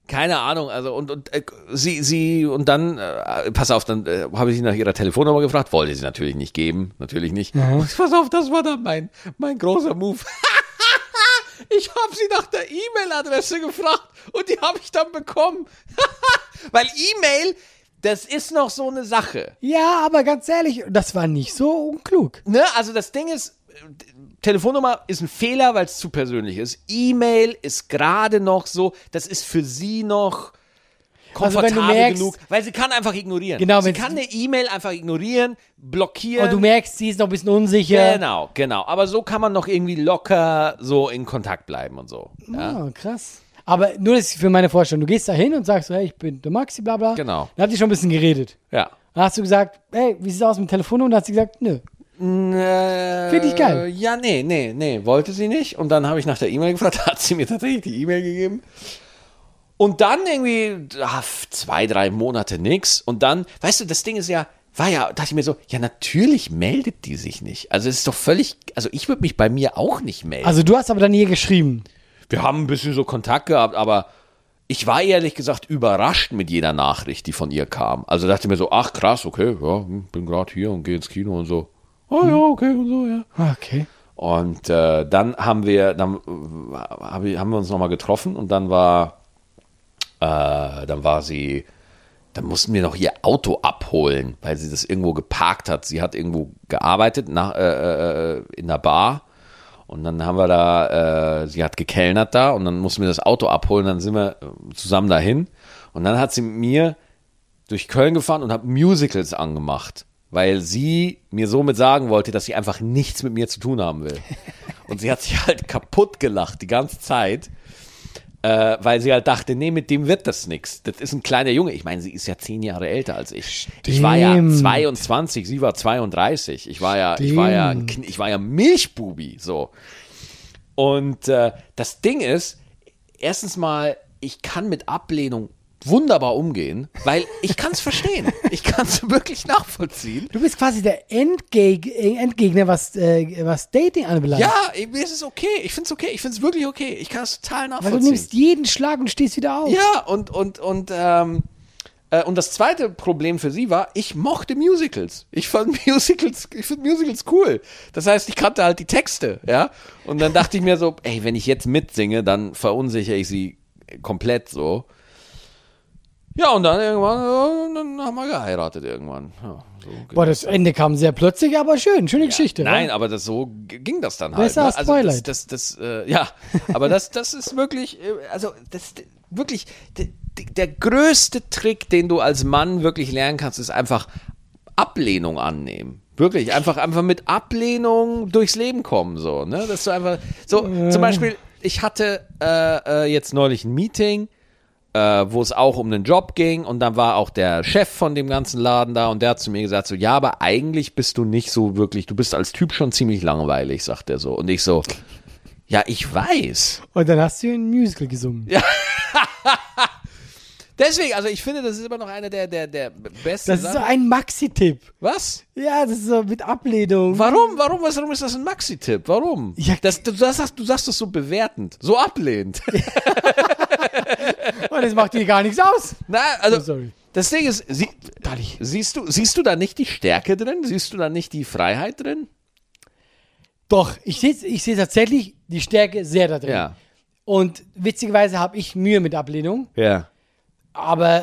Keine Ahnung, also und sie und dann, pass auf, dann habe ich sie nach ihrer Telefonnummer gefragt, wollte sie natürlich nicht geben, natürlich nicht. Pass auf, das war dann mein großer Move. Ich habe sie nach der E-Mail-Adresse gefragt und die habe ich dann bekommen. Weil E-Mail, das ist noch so eine Sache. Ja, aber ganz ehrlich, das war nicht so unklug. Ne? Also das Ding ist, Telefonnummer ist ein Fehler, weil es zu persönlich ist. E-Mail ist gerade noch so, das ist für sie noch komfortabel Also wenn du merkst, genug, weil sie kann einfach ignorieren. Genau, sie kann eine E-Mail einfach ignorieren, blockieren. Und du merkst, sie ist noch ein bisschen unsicher. Genau. Aber so kann man noch irgendwie locker so in Kontakt bleiben und so. Ja? Ah, krass. Aber nur das ist für meine Vorstellung. Du gehst da hin und sagst so, hey, ich bin der Maxi, bla bla. Genau. Dann habt ihr schon ein bisschen geredet. Ja. Dann hast du gesagt, hey, wie sieht's aus mit dem Telefonnummer? Und dann hat sie gesagt, nö. Finde ich geil. Ja, nee, wollte sie nicht. Und dann habe ich nach der E-Mail gefragt, hat sie mir tatsächlich die E-Mail gegeben. Und dann irgendwie 2-3 Monate nix. Und dann, weißt du, das Ding ist ja, dachte ich mir so, ja, natürlich meldet die sich nicht. Also es ist doch völlig, also ich würde mich bei mir auch nicht melden. Also du hast aber dann ihr geschrieben. Wir haben ein bisschen so Kontakt gehabt, aber ich war ehrlich gesagt überrascht mit jeder Nachricht, die von ihr kam. Also dachte ich mir so, ach krass, okay, ja, bin gerade hier und gehe ins Kino und so. Oh ja, okay und so, ja. Okay. Und dann haben wir uns nochmal getroffen und dann war sie, dann mussten wir noch ihr Auto abholen, weil sie das irgendwo geparkt hat. Sie hat irgendwo gearbeitet in der Bar und dann haben wir sie hat gekellnert da und dann mussten wir das Auto abholen, dann sind wir zusammen dahin und dann hat sie mit mir durch Köln gefahren und hat Musicals angemacht, weil sie mir somit sagen wollte, dass sie einfach nichts mit mir zu tun haben will. Und sie hat sich halt kaputt gelacht die ganze Zeit, weil sie halt dachte, nee, mit dem wird das nichts. Das ist ein kleiner Junge. Ich meine, sie ist ja 10 Jahre älter als ich. Stimmt. Ich war ja 22, sie war 32. Ich war ja Milchbubi, so. Und das Ding ist, erstens mal, ich kann mit Ablehnung wunderbar umgehen, weil ich kann es verstehen. Ich kann es wirklich nachvollziehen. Du bist quasi der Endgegner, was Dating anbelangt. Ja, mir ist es okay. Ich finde es okay. Ich finde es wirklich okay. Ich kann es total nachvollziehen. Weil du nimmst jeden Schlag und stehst wieder auf. Ja, und das zweite Problem für sie war, ich mochte Musicals. Ich finde Musicals cool. Das heißt, ich kannte halt die Texte, ja. Und dann dachte ich mir so, ey, wenn ich jetzt mitsinge, dann verunsichere ich sie komplett so. Ja, und dann irgendwann, dann haben wir geheiratet irgendwann. Ja, so Boah, das Ende kam sehr plötzlich, aber schön. Schöne Geschichte. Nein, oder? aber so ging das dann halt. Besser als Twilight. Ja, aber das ist wirklich, wirklich, der größte Trick, den du als Mann wirklich lernen kannst, ist einfach Ablehnung annehmen. Wirklich, einfach mit Ablehnung durchs Leben kommen, so, ne? Dass du einfach, so, zum Beispiel, ich hatte jetzt neulich ein Meeting, wo es auch um einen Job ging und dann war auch der Chef von dem ganzen Laden da und der hat zu mir gesagt so, ja, aber eigentlich bist du nicht so wirklich, du bist als Typ schon ziemlich langweilig, sagt er so. Und ich so, ja, ich weiß. Und dann hast du ein Musical gesungen. Ja. Deswegen, also ich finde, das ist immer noch einer der besten Das ist so ein Maxi-Tipp. Was? Ja, das ist so mit Ablehnung. Warum ist das ein Maxi-Tipp? Warum? Ja. Du sagst das so bewertend, so ablehnend. Und das macht dir gar nichts aus. Na, also, Oh, sorry. das Ding ist, siehst du da nicht die Stärke drin? Siehst du da nicht die Freiheit drin? Doch, ich sehe tatsächlich die Stärke sehr da drin. Ja. Und witzigerweise habe ich Mühe mit Ablehnung. Ja. Aber,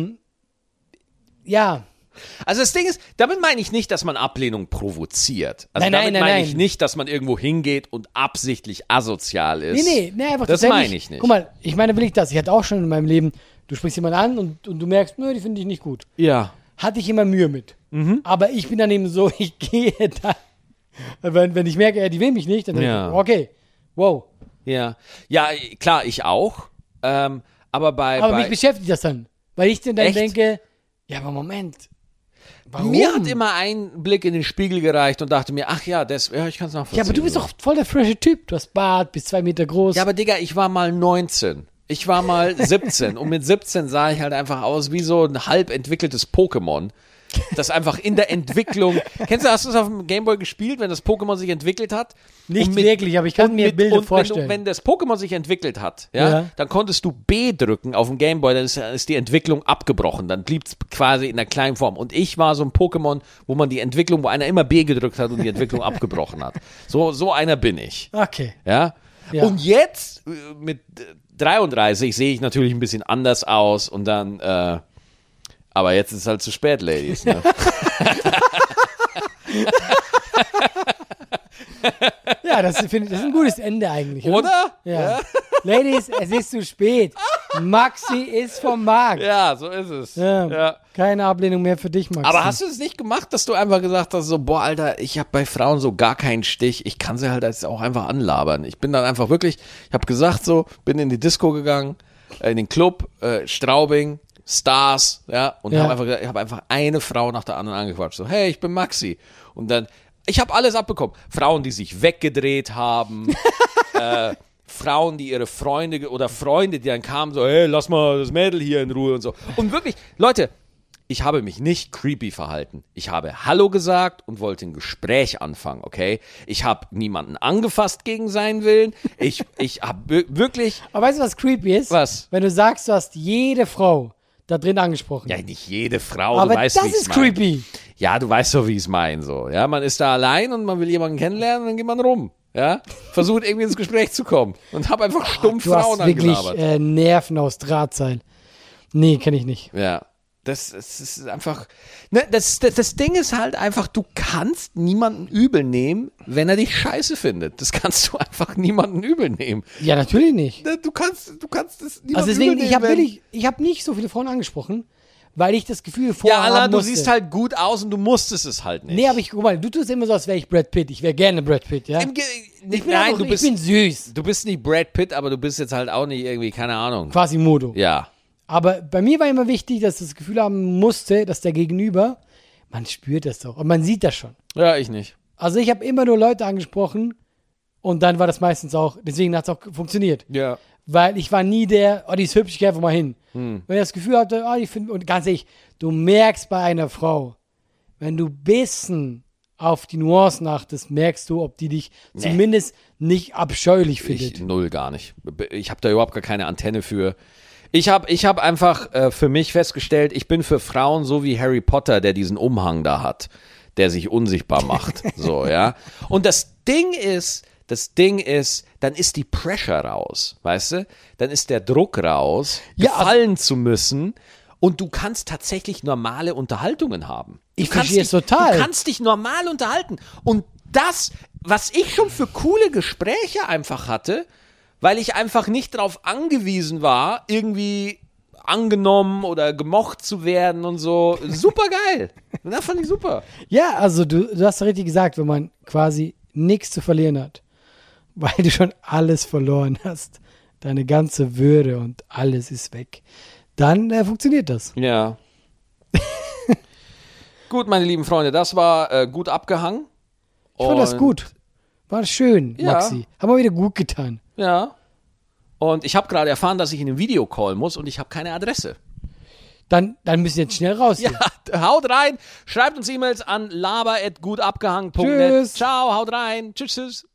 ja. Also das Ding ist, damit meine ich nicht, dass man Ablehnung provoziert. Also Nein, damit meine ich nein. nicht, dass man irgendwo hingeht und absichtlich asozial ist. Nee, einfach Das tatsächlich- meine ich nicht. Guck mal, ich meine, will ich das. Ich hatte auch schon in meinem Leben, du sprichst jemanden an und du merkst, nö, die finde ich nicht gut. Ja. Hatte ich immer Mühe mit. Aber ich bin dann eben so, ich gehe da, wenn ich merke, die will mich nicht, dann denke Ja. ich, okay, wow. Ja. Ja, klar, ich auch. Aber Aber mich beschäftigt das dann. Weil ich dann Echt? denke, ja, aber Moment. Warum? mir hat immer ein Blick in den Spiegel gereicht und dachte mir, ach ja, ich kann es nachvollziehen. Ja, aber du bist doch voll der frische Typ. Du hast Bart, bist 2 Meter groß. Ja, aber Digga, ich war mal 19. Ich war mal 17 und mit 17 sah ich halt einfach aus wie so ein halb entwickeltes Pokémon. Das einfach in der Entwicklung. Kennst du, hast du es auf dem Gameboy gespielt, wenn das Pokémon sich entwickelt hat? Nicht wirklich, aber ich kann mir Bilder vorstellen. Wenn das Pokémon sich entwickelt hat, ja, dann konntest du B drücken auf dem Gameboy, dann ist die Entwicklung abgebrochen. Dann blieb es quasi in einer kleinen Form. Und ich war so ein Pokémon, wo man die Entwicklung, wo einer immer B gedrückt hat und die Entwicklung abgebrochen hat. So einer bin ich. Okay. Ja? Ja. Und jetzt mit 33 sehe ich natürlich ein bisschen anders aus und dann, aber jetzt ist es halt zu spät, Ladies. Ne? Ja, das ist ein gutes Ende eigentlich. Oder? Ja. Ladies, es ist zu spät. Maxi ist vom Markt. Ja, so ist es. Ja. Keine Ablehnung mehr für dich, Maxi. Aber hast du es nicht gemacht, dass du einfach gesagt hast, so, boah, Alter, ich habe bei Frauen so gar keinen Stich. Ich kann sie halt jetzt auch einfach anlabern. Ich bin dann einfach wirklich, ich habe gesagt so, bin in die Disco gegangen, in den Club, Straubing, Stars, ja, und habe einfach eine Frau nach der anderen angequatscht. So, hey, ich bin Maxi. Und dann, ich habe alles abbekommen. Frauen, die sich weggedreht haben, Frauen, die ihre Freunde oder Freunde, die dann kamen, so, hey, lass mal das Mädel hier in Ruhe und so. Und wirklich, Leute, ich habe mich nicht creepy verhalten. Ich habe Hallo gesagt und wollte ein Gespräch anfangen, okay? Ich habe niemanden angefasst gegen seinen Willen. Ich habe wirklich... Aber weißt du, was creepy ist? Was? Wenn du sagst, du hast jede Frau da drin angesprochen. Ja, nicht jede Frau, aber du weißt, das wie ist creepy. Ja, du weißt so, wie ich es meine, so. Ja, man ist da allein und man will jemanden kennenlernen und dann geht man rum. Ja, versucht irgendwie ins Gespräch zu kommen und hab einfach stumpf Du Frauen hast wirklich angelabert. Nerven aus Drahtseil. Nee, kenne ich nicht. Ja, das ist einfach, ne, das Ding ist halt einfach, du kannst niemanden übel nehmen, wenn er dich scheiße findet. Das kannst du einfach niemanden übel nehmen. Ja, natürlich nicht. Du kannst es niemanden Also deswegen, übel nehmen. ich habe nicht so viele Frauen angesprochen, weil ich das Gefühl vorher Ja, Alter, haben du musste. siehst halt gut aus und du musstest es halt nicht. Nee, aber guck mal, du tust immer so, als wäre ich Brad Pitt. Ich wäre gerne Brad Pitt, ja? Ich bin süß. Du bist nicht Brad Pitt, aber du bist jetzt halt auch nicht irgendwie, keine Ahnung. Quasimodo. Ja. Aber bei mir war immer wichtig, dass ich das Gefühl haben musste, dass der Gegenüber, man spürt das doch und man sieht das schon. Ja, ich nicht. Also ich habe immer nur Leute angesprochen und dann war das meistens auch, deswegen hat es auch funktioniert. Ja. Weil ich war nie der, oh, die ist hübsch, ich geh einfach mal hin. Wenn ich das Gefühl hatte, oh, ich finde, und ganz ehrlich, du merkst bei einer Frau, wenn du ein bisschen auf die Nuancen achtest, merkst du, ob die dich zumindest nicht abscheulich findet. Ich null gar nicht. Ich habe da überhaupt gar keine Antenne für. Ich hab einfach für mich festgestellt, ich bin für Frauen so wie Harry Potter, der diesen Umhang da hat, der sich unsichtbar macht. So, ja. Und das Ding ist, dann ist die Pressure raus, weißt du? Dann ist der Druck raus, gefallen zu müssen und du kannst tatsächlich normale Unterhaltungen haben. Ich verstehe es total. Du kannst dich normal unterhalten. Und das, was ich schon für coole Gespräche einfach hatte, weil ich einfach nicht darauf angewiesen war, irgendwie angenommen oder gemocht zu werden und so. Super geil. Das fand ich super. Ja, also du hast richtig gesagt, wenn man quasi nichts zu verlieren hat, weil du schon alles verloren hast, deine ganze Würde und alles ist weg, dann funktioniert das. Ja. Gut, meine lieben Freunde, das war gut abgehangen. Ich fand das gut. War schön, Ja. Maxi. Haben wir wieder gut getan. Ja. Und ich habe gerade erfahren, dass ich in einen Videocall muss und ich habe keine Adresse. Dann müssen wir jetzt schnell raus. Hier. Ja, haut rein. Schreibt uns E-Mails an laber@gutabgehangen.net. Tschüss. Ciao, haut rein. Tschüss, tschüss.